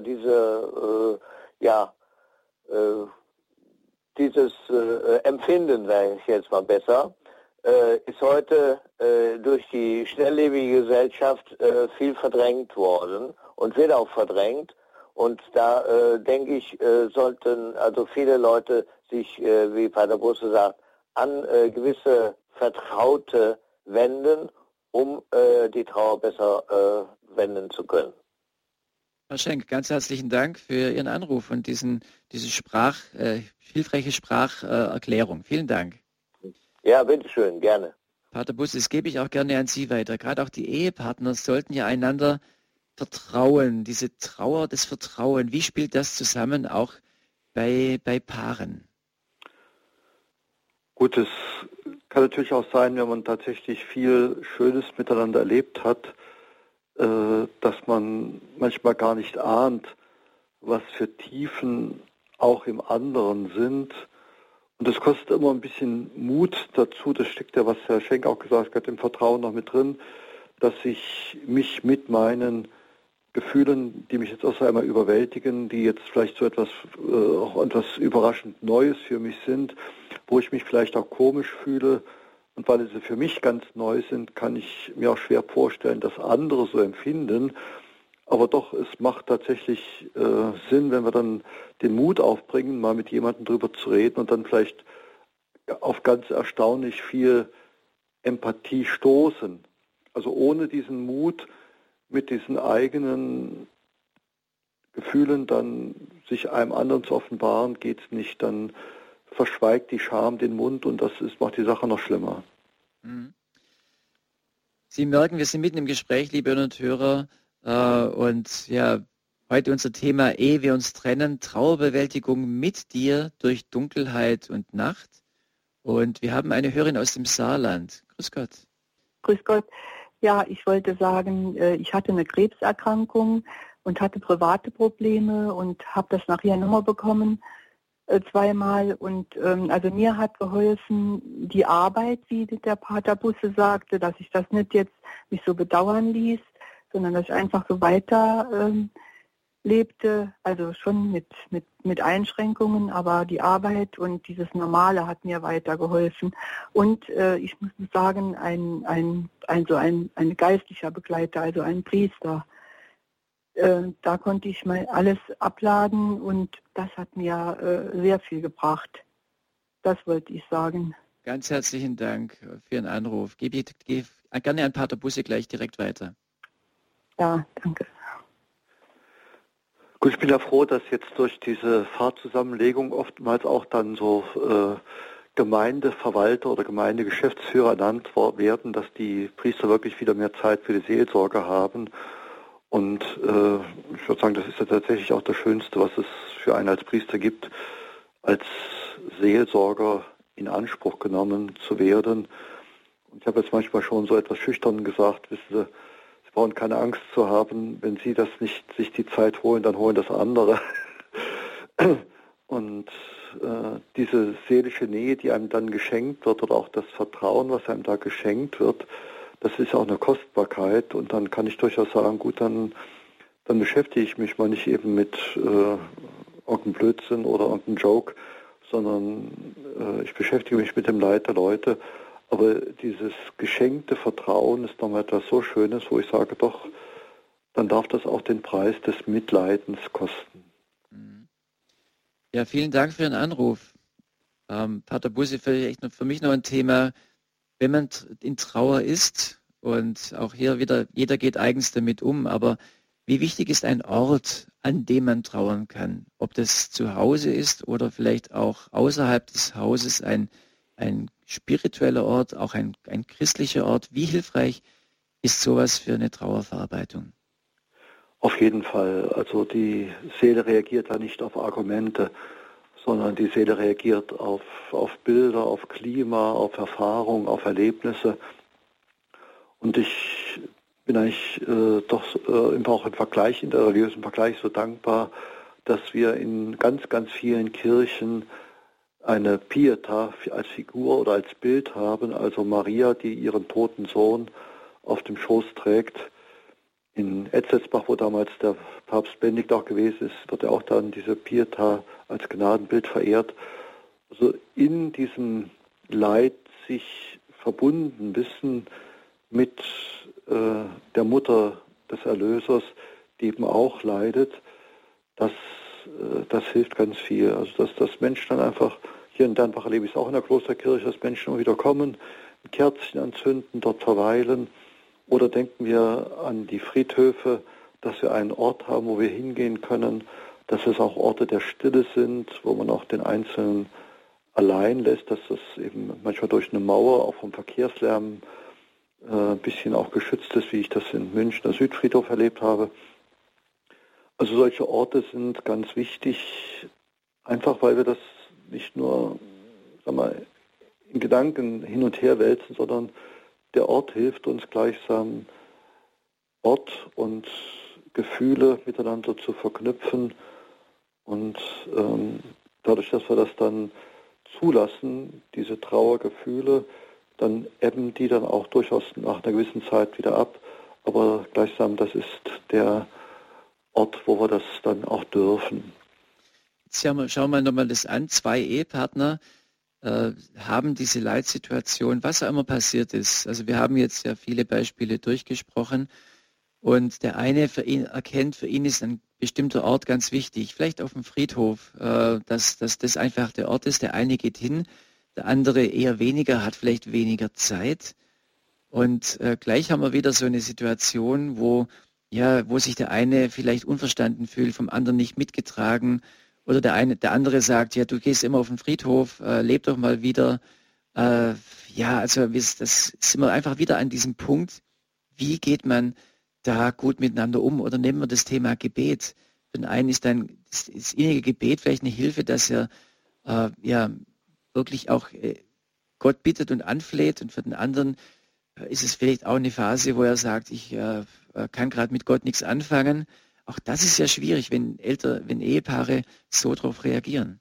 dieses Empfinden, sage ich jetzt mal besser, ist heute durch die schnelllebige Gesellschaft viel verdrängt worden und wird auch verdrängt. Und da denke ich, sollten also viele Leute sich, wie Pater Busse sagt, an gewisse Vertraute wenden, um die Trauer besser wenden zu können. Herr Schenk, ganz herzlichen Dank für Ihren Anruf und diese hilfreiche Spracherklärung. Vielen Dank. Ja, bitteschön, gerne. Pater Busse, das gebe ich auch gerne an Sie weiter. Gerade auch die Ehepartner sollten ja einander vertrauen, diese Trauer, das Vertrauen. Wie spielt das zusammen auch bei Paaren? Gut, es kann natürlich auch sein, wenn man tatsächlich viel Schönes miteinander erlebt hat, dass man manchmal gar nicht ahnt, was für Tiefen auch im anderen sind. Und es kostet immer ein bisschen Mut dazu, das steckt ja, was Herr Schenk auch gesagt hat, im Vertrauen noch mit drin, dass ich mich mit meinen Gefühlen, die mich jetzt auch so einmal überwältigen, die jetzt vielleicht so etwas, auch etwas überraschend Neues für mich sind, wo ich mich vielleicht auch komisch fühle, und weil sie für mich ganz neu sind, kann ich mir auch schwer vorstellen, dass andere so empfinden. Aber doch, es macht tatsächlich Sinn, wenn wir dann den Mut aufbringen, mal mit jemandem drüber zu reden und dann vielleicht auf ganz erstaunlich viel Empathie stoßen. Also ohne diesen Mut, mit diesen eigenen Gefühlen dann sich einem anderen zu offenbaren, geht es nicht. Dann verschweigt die Scham den Mund und macht die Sache noch schlimmer. Sie merken, wir sind mitten im Gespräch, liebe Hörer und Hörer, und ja, heute unser Thema, ehe wir uns trennen, Trauerbewältigung mit dir durch Dunkelheit und Nacht. Und wir haben eine Hörerin aus dem Saarland. Grüß Gott. Grüß Gott. Ja, ich wollte sagen, ich hatte eine Krebserkrankung und hatte private Probleme und habe das nachher nochmal bekommen. Zweimal und also mir hat geholfen die Arbeit, wie der Pater Busse sagte, dass ich das nicht jetzt mich so bedauern ließ, sondern dass ich einfach so weiter lebte, also schon mit Einschränkungen, aber die Arbeit und dieses Normale hat mir weitergeholfen. Und ich muss sagen, ein geistlicher Begleiter, also ein Priester, da konnte ich mal alles abladen und das hat mir sehr viel gebracht. Das wollte ich sagen. Ganz herzlichen Dank für Ihren Anruf. Gebe gerne an Pater Busse gleich direkt weiter. Ja, danke. Gut, ich bin ja froh, dass jetzt durch diese Pfarrzusammenlegung oftmals auch dann so Gemeindeverwalter oder Gemeindegeschäftsführer ernannt werden, dass die Priester wirklich wieder mehr Zeit für die Seelsorge haben. Und ich würde sagen, das ist ja tatsächlich auch das Schönste, was es für einen als Priester gibt, als Seelsorger in Anspruch genommen zu werden. Und ich habe jetzt manchmal schon so etwas schüchtern gesagt, wissen Sie, Sie brauchen keine Angst zu haben, wenn Sie das nicht sich die Zeit holen, dann holen das andere. Und diese seelische Nähe, die einem dann geschenkt wird, oder auch das Vertrauen, was einem da geschenkt wird, das ist auch eine Kostbarkeit. Und dann kann ich durchaus sagen, gut, dann beschäftige ich mich mal nicht eben mit irgendeinem Blödsinn oder irgendeinem Joke, sondern ich beschäftige mich mit dem Leid der Leute. Aber dieses geschenkte Vertrauen ist nochmal etwas so Schönes, wo ich sage, doch, dann darf das auch den Preis des Mitleidens kosten. Ja, vielen Dank für Ihren Anruf. Pater Busse, vielleicht für mich noch ein Thema, wenn man in Trauer ist, und auch hier wieder, jeder geht eigens damit um, aber wie wichtig ist ein Ort, an dem man trauern kann? Ob das zu Hause ist oder vielleicht auch außerhalb des Hauses ein spiritueller Ort, auch ein christlicher Ort. Wie hilfreich ist sowas für eine Trauerverarbeitung? Auf jeden Fall. Also die Seele reagiert da nicht auf Argumente, sondern die Seele reagiert auf Bilder, auf Klima, auf Erfahrung, auf Erlebnisse. Und ich bin eigentlich auch im Vergleich, in der religiösen Vergleich so dankbar, dass wir in ganz, ganz vielen Kirchen eine Pietà als Figur oder als Bild haben, also Maria, die ihren toten Sohn auf dem Schoß trägt. In Etzelsbach, wo damals der Papst Benedikt auch gewesen ist, wird ja auch dann diese Pietà als Gnadenbild verehrt. Also in diesem Leid sich verbunden wissen mit der Mutter des Erlösers, die eben auch leidet, das hilft ganz viel. Also dass Menschen dann einfach, hier in Dernbach erlebe ich es auch in der Klosterkirche, dass Menschen immer wieder kommen, ein Kerzchen anzünden, dort verweilen. Oder denken wir an die Friedhöfe, dass wir einen Ort haben, wo wir hingehen können, dass es auch Orte der Stille sind, wo man auch den Einzelnen allein lässt, dass das eben manchmal durch eine Mauer, auch vom Verkehrslärm, ein bisschen auch geschützt ist, wie ich das in München, der Südfriedhof erlebt habe. Also solche Orte sind ganz wichtig, einfach weil wir das nicht nur, in Gedanken hin und her wälzen, sondern der Ort hilft uns gleichsam, Ort und Gefühle miteinander zu verknüpfen und dadurch, dass wir das dann zulassen, diese Trauergefühle, dann ebben die dann auch durchaus nach einer gewissen Zeit wieder ab, aber gleichsam das ist der Ort, wo wir das dann auch dürfen. Jetzt schauen wir nochmal das an. 2 Ehepartner haben diese Leitsituation, was auch immer passiert ist. Also wir haben jetzt ja viele Beispiele durchgesprochen und der eine für ihn ist ein bestimmter Ort ganz wichtig, vielleicht auf dem Friedhof, dass das einfach der Ort ist. Der eine geht hin, der andere eher weniger, hat vielleicht weniger Zeit. Und gleich haben wir wieder so eine Situation, wo sich der eine vielleicht unverstanden fühlt, vom anderen nicht mitgetragen. Oder der andere sagt, ja, du gehst immer auf den Friedhof, leb doch mal wieder. Also das sind wir einfach wieder an diesem Punkt, wie geht man da gut miteinander um? Oder nehmen wir das Thema Gebet. Für den einen ist dann das innige Gebet vielleicht eine Hilfe, dass er wirklich auch Gott bittet und anfleht. Und für den anderen ist es vielleicht auch eine Phase, wo er sagt, ich kann gerade mit Gott nichts anfangen. Auch das ist ja schwierig, wenn Ehepaare so darauf reagieren.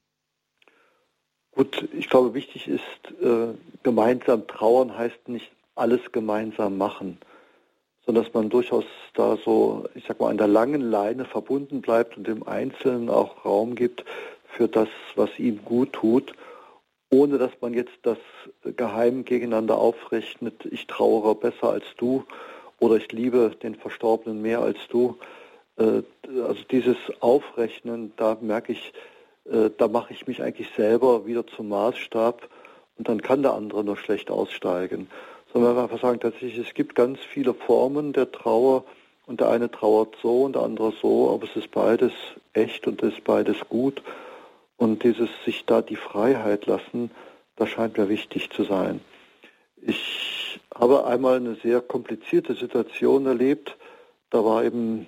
Gut, ich glaube, wichtig ist, gemeinsam trauern heißt nicht alles gemeinsam machen, sondern dass man durchaus da so, ich sag mal, an der langen Leine verbunden bleibt und dem Einzelnen auch Raum gibt für das, was ihm gut tut, ohne dass man jetzt das geheim gegeneinander aufrechnet, ich trauere besser als du oder ich liebe den Verstorbenen mehr als du. Also dieses Aufrechnen, da merke ich, da mache ich mich eigentlich selber wieder zum Maßstab und dann kann der andere nur schlecht aussteigen. Sondern wir einfach sagen, tatsächlich, es gibt ganz viele Formen der Trauer und der eine trauert so und der andere so, aber es ist beides echt und es ist beides gut. Und dieses sich da die Freiheit lassen, das scheint mir wichtig zu sein. Ich habe einmal eine sehr komplizierte Situation erlebt. Da war eben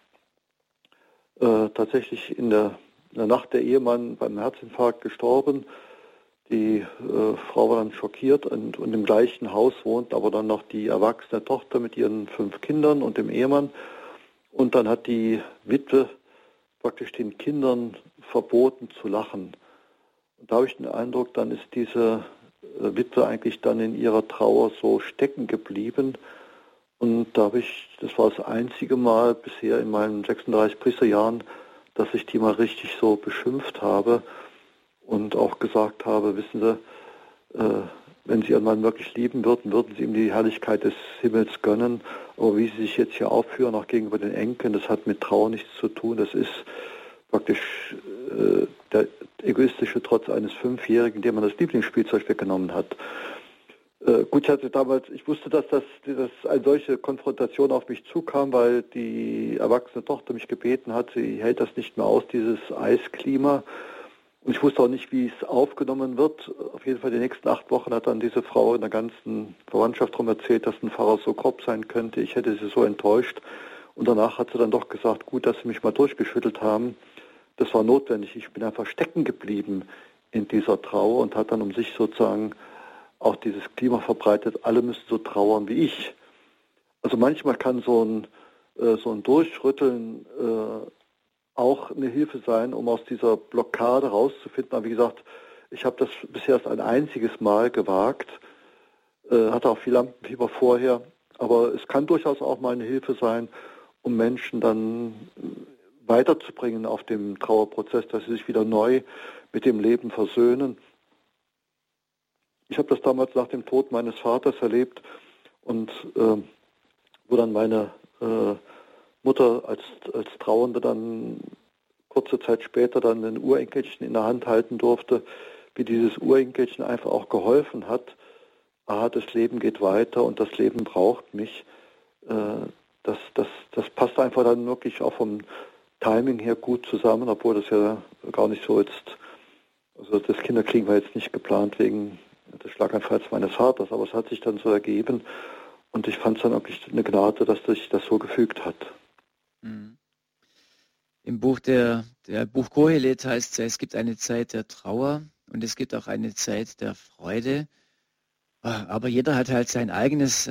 tatsächlich in der Nacht der Ehemann beim Herzinfarkt gestorben. Die Frau war dann schockiert und im gleichen Haus wohnt aber dann noch die erwachsene Tochter mit ihren 5 Kindern und dem Ehemann. Und dann hat die Witwe praktisch den Kindern verboten zu lachen. Und da habe ich den Eindruck, dann ist diese Witwe eigentlich dann in ihrer Trauer so stecken geblieben. Und das war das einzige Mal bisher in meinen 36 Priesterjahren, dass ich die mal richtig so beschimpft habe und auch gesagt habe, wissen Sie, wenn Sie Ihren Mann wirklich lieben würden, würden Sie ihm die Herrlichkeit des Himmels gönnen. Aber wie Sie sich jetzt hier aufführen, auch gegenüber den Enkeln, das hat mit Trauer nichts zu tun. Das ist praktisch der egoistische Trotz eines 5-Jährigen, dem man das Lieblingsspielzeug weggenommen hat. Gut, ich wusste, dass eine solche Konfrontation auf mich zukam, weil die erwachsene Tochter mich gebeten hat, sie hält das nicht mehr aus, dieses Eisklima. Und ich wusste auch nicht, wie es aufgenommen wird. Auf jeden Fall die nächsten 8 Wochen hat dann diese Frau in der ganzen Verwandtschaft darum erzählt, dass ein Pfarrer so grob sein könnte. Ich hätte sie so enttäuscht. Und danach hat sie dann doch gesagt, gut, dass sie mich mal durchgeschüttelt haben. Das war notwendig. Ich bin einfach stecken geblieben in dieser Trauer und hat dann um sich sozusagen auch dieses Klima verbreitet, alle müssen so trauern wie ich. Also manchmal kann so ein Durchrütteln auch eine Hilfe sein, um aus dieser Blockade rauszufinden. Aber wie gesagt, ich habe das bisher erst ein einziges Mal gewagt, hatte auch viel Lampenfieber vorher, aber es kann durchaus auch mal eine Hilfe sein, um Menschen dann weiterzubringen auf dem Trauerprozess, dass sie sich wieder neu mit dem Leben versöhnen. Ich habe das damals nach dem Tod meines Vaters erlebt und wo dann meine Mutter als Trauernde dann kurze Zeit später dann ein Urenkelchen in der Hand halten durfte, wie dieses Urenkelchen einfach auch geholfen hat. Das Leben geht weiter und das Leben braucht mich. Das passt einfach dann wirklich auch vom Timing her gut zusammen, obwohl das ja gar nicht so jetzt, also das Kinderkriegen war jetzt nicht geplant wegen des Schlaganfalls meines Vaters, aber es hat sich dann so ergeben und ich fand es dann wirklich eine Gnade, dass sich das so gefügt hat. Mhm. Im Buch der Buch Kohelet heißt es gibt eine Zeit der Trauer und es gibt auch eine Zeit der Freude. Aber jeder hat halt sein eigenes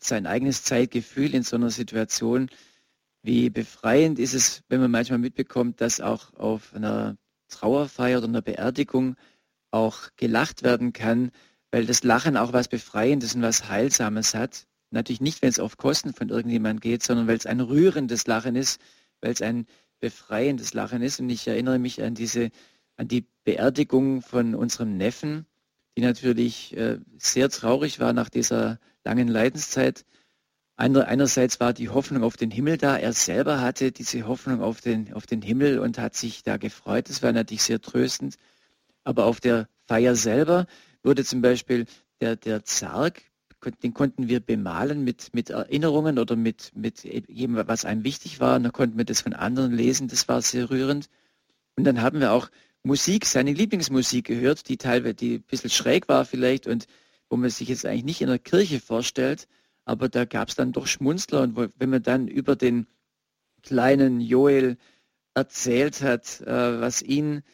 Zeitgefühl in so einer Situation. Wie befreiend ist es, wenn man manchmal mitbekommt, dass auch auf einer Trauerfeier oder einer Beerdigung auch gelacht werden kann, weil das Lachen auch was Befreiendes und was Heilsames hat. Natürlich nicht, wenn es auf Kosten von irgendjemandem geht, sondern weil es ein rührendes Lachen ist, weil es ein befreiendes Lachen ist. Und ich erinnere mich an die Beerdigung von unserem Neffen, die natürlich sehr traurig war nach dieser langen Leidenszeit. Einerseits war die Hoffnung auf den Himmel da. Er selber hatte diese Hoffnung auf den Himmel und hat sich da gefreut. Das war natürlich sehr tröstend. Aber auf der Feier selber wurde zum Beispiel der Sarg, den konnten wir bemalen mit Erinnerungen oder mit jedem, was einem wichtig war. Und dann konnten wir das von anderen lesen. Das war sehr rührend. Und dann haben wir auch Musik, seine Lieblingsmusik gehört, die teilweise ein bisschen schräg war vielleicht und wo man sich jetzt eigentlich nicht in der Kirche vorstellt. Aber da gab es dann doch Schmunzler. Und wenn man dann über den kleinen Joel erzählt hat, was ihm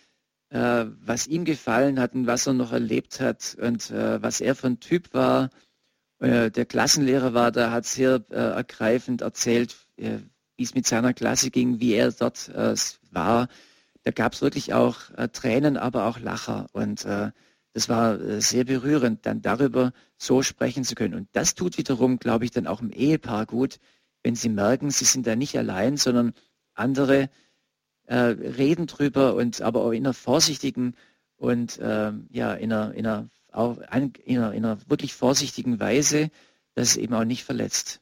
gefallen hat und was er noch erlebt hat und was er für ein Typ war. Der Klassenlehrer war da, hat sehr ergreifend erzählt, wie es mit seiner Klasse ging, wie er dort war. Da gab es wirklich auch Tränen, aber auch Lacher. Und das war sehr berührend, dann darüber so sprechen zu können. Und das tut wiederum, glaube ich, dann auch im Ehepaar gut, wenn sie merken, sie sind da nicht allein, sondern andere reden drüber und aber auch in einer vorsichtigen und in einer wirklich vorsichtigen Weise, dass es eben auch nicht verletzt.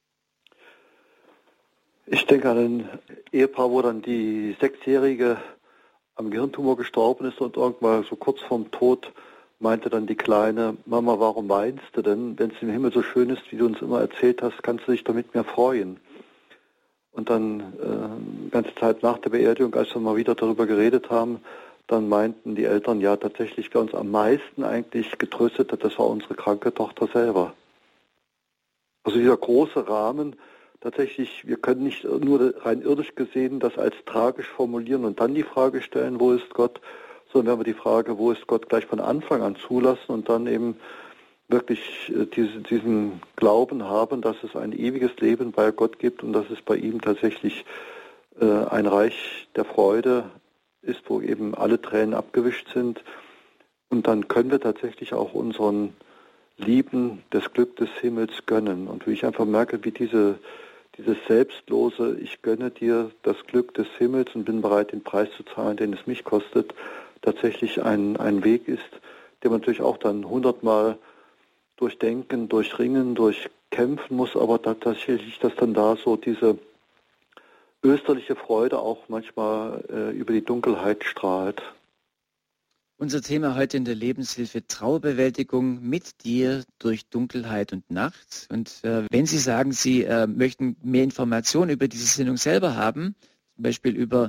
Ich denke an ein Ehepaar, wo dann die 6-Jährige am Gehirntumor gestorben ist und irgendwann so kurz vorm Tod meinte dann die Kleine, Mama, warum weinst du denn? Wenn es im Himmel so schön ist, wie du uns immer erzählt hast, kannst du dich doch mit mir freuen. Und dann ganze Zeit nach der Beerdigung, als wir mal wieder darüber geredet haben, dann meinten die Eltern, ja tatsächlich, wer uns am meisten eigentlich getröstet hat, das war unsere kranke Tochter selber. Also dieser große Rahmen, tatsächlich, wir können nicht nur rein irdisch gesehen das als tragisch formulieren und dann die Frage stellen, wo ist Gott, sondern wenn wir die Frage, wo ist Gott, gleich von Anfang an zulassen und dann eben wirklich diesen Glauben haben, dass es ein ewiges Leben bei Gott gibt und dass es bei ihm tatsächlich ein Reich der Freude ist, wo eben alle Tränen abgewischt sind. Und dann können wir tatsächlich auch unseren Lieben das Glück des Himmels gönnen. Und wie ich einfach merke, wie dieses selbstlose, ich gönne dir das Glück des Himmels und bin bereit, den Preis zu zahlen, den es mich kostet, tatsächlich ein Weg ist, den man natürlich auch dann 100-mal durchdenken, durchringen, durchkämpfen muss, aber tatsächlich, dass dann da so diese österliche Freude auch manchmal über die Dunkelheit strahlt. Unser Thema heute in der Lebenshilfe: Trauerbewältigung mit dir durch Dunkelheit und Nacht. Und wenn Sie sagen, Sie möchten mehr Informationen über diese Sendung selber haben, zum Beispiel über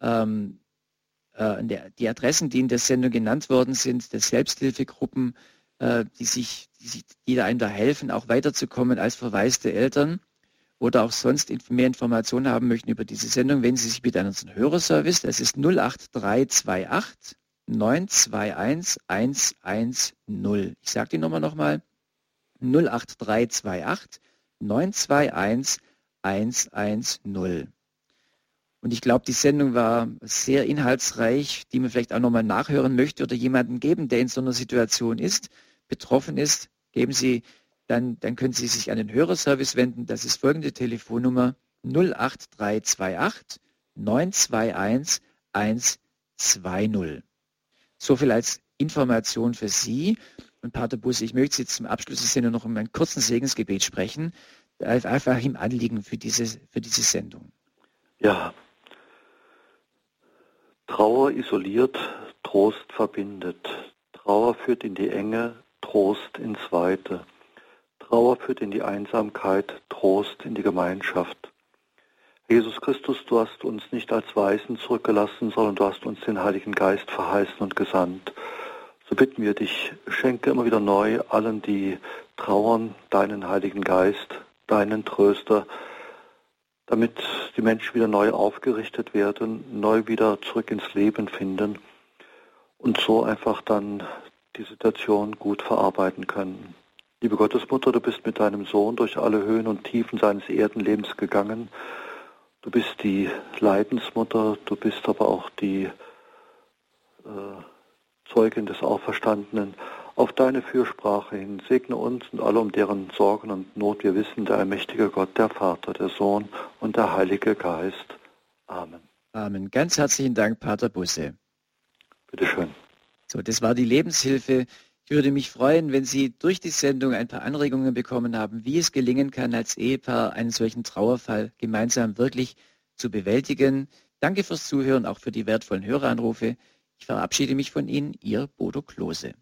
die Adressen, die in der Sendung genannt worden sind, der Selbsthilfegruppen, die einem da helfen, auch weiterzukommen als verwaiste Eltern, oder auch sonst mehr Informationen haben möchten über diese Sendung, wenden Sie sich bitte an unseren Hörerservice. Das ist 08328 921 110. Ich sage die Nummer nochmal. 08328 921 110. Und ich glaube, die Sendung war sehr inhaltsreich, die man vielleicht auch nochmal nachhören möchte oder jemanden geben, der in so einer Situation ist, betroffen ist. Dann können Sie sich an den Hörerservice wenden. Das ist folgende Telefonnummer: 08328 921 120. So viel als Information für Sie. Und Pater Busse, ich möchte Sie zum Abschluss der Sendung noch um einen kurzen Segensgebet sprechen, einfach im Anliegen für diese Sendung. Ja. Trauer isoliert, Trost verbindet. Trauer führt in die Enge, Trost ins Weite. Trauer führt in die Einsamkeit, Trost in die Gemeinschaft. Jesus Christus, du hast uns nicht als Weisen zurückgelassen, sondern du hast uns den Heiligen Geist verheißen und gesandt. So bitten wir dich, schenke immer wieder neu allen, die trauern, deinen Heiligen Geist, deinen Tröster, damit die Menschen wieder neu aufgerichtet werden, neu wieder zurück ins Leben finden und so einfach dann die Situation gut verarbeiten können. Liebe Gottesmutter, du bist mit deinem Sohn durch alle Höhen und Tiefen seines Erdenlebens gegangen. Du bist die Leidensmutter, du bist aber auch die Zeugin des Auferstandenen. Auf deine Fürsprache hin segne uns und alle, um deren Sorgen und Not wir wissen, der allmächtige Gott, der Vater, der Sohn und der Heilige Geist. Amen. Amen. Ganz herzlichen Dank, Pater Busse. Bitte schön. So, das war die Lebenshilfe. Ich würde mich freuen, wenn Sie durch die Sendung ein paar Anregungen bekommen haben, wie es gelingen kann, als Ehepaar einen solchen Trauerfall gemeinsam wirklich zu bewältigen. Danke fürs Zuhören, auch für die wertvollen Höreranrufe. Ich verabschiede mich von Ihnen, Ihr Bodo Klose.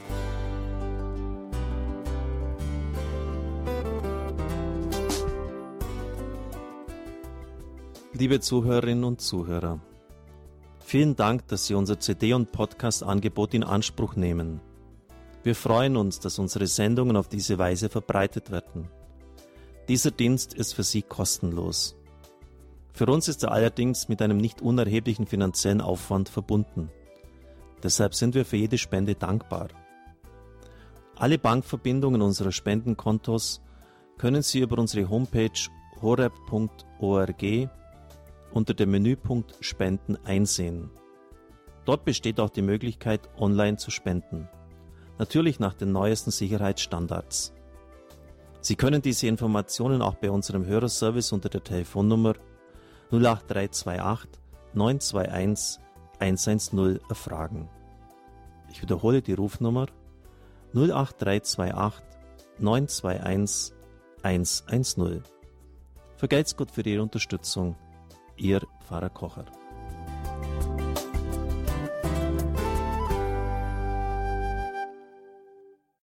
Liebe Zuhörerinnen und Zuhörer, vielen Dank, dass Sie unser CD- und Podcast-Angebot in Anspruch nehmen. Wir freuen uns, dass unsere Sendungen auf diese Weise verbreitet werden. Dieser Dienst ist für Sie kostenlos. Für uns ist er allerdings mit einem nicht unerheblichen finanziellen Aufwand verbunden. Deshalb sind wir für jede Spende dankbar. Alle Bankverbindungen unserer Spendenkontos können Sie über unsere Homepage horeb.org unter dem Menüpunkt Spenden einsehen. Dort besteht auch die Möglichkeit, online zu spenden. Natürlich nach den neuesten Sicherheitsstandards. Sie können diese Informationen auch bei unserem Hörerservice unter der Telefonnummer 08328 921 110 erfragen. Ich wiederhole die Rufnummer 08328 921 110. Vergelt's Gott für Ihre Unterstützung. Ihr Pfarrer Kocher.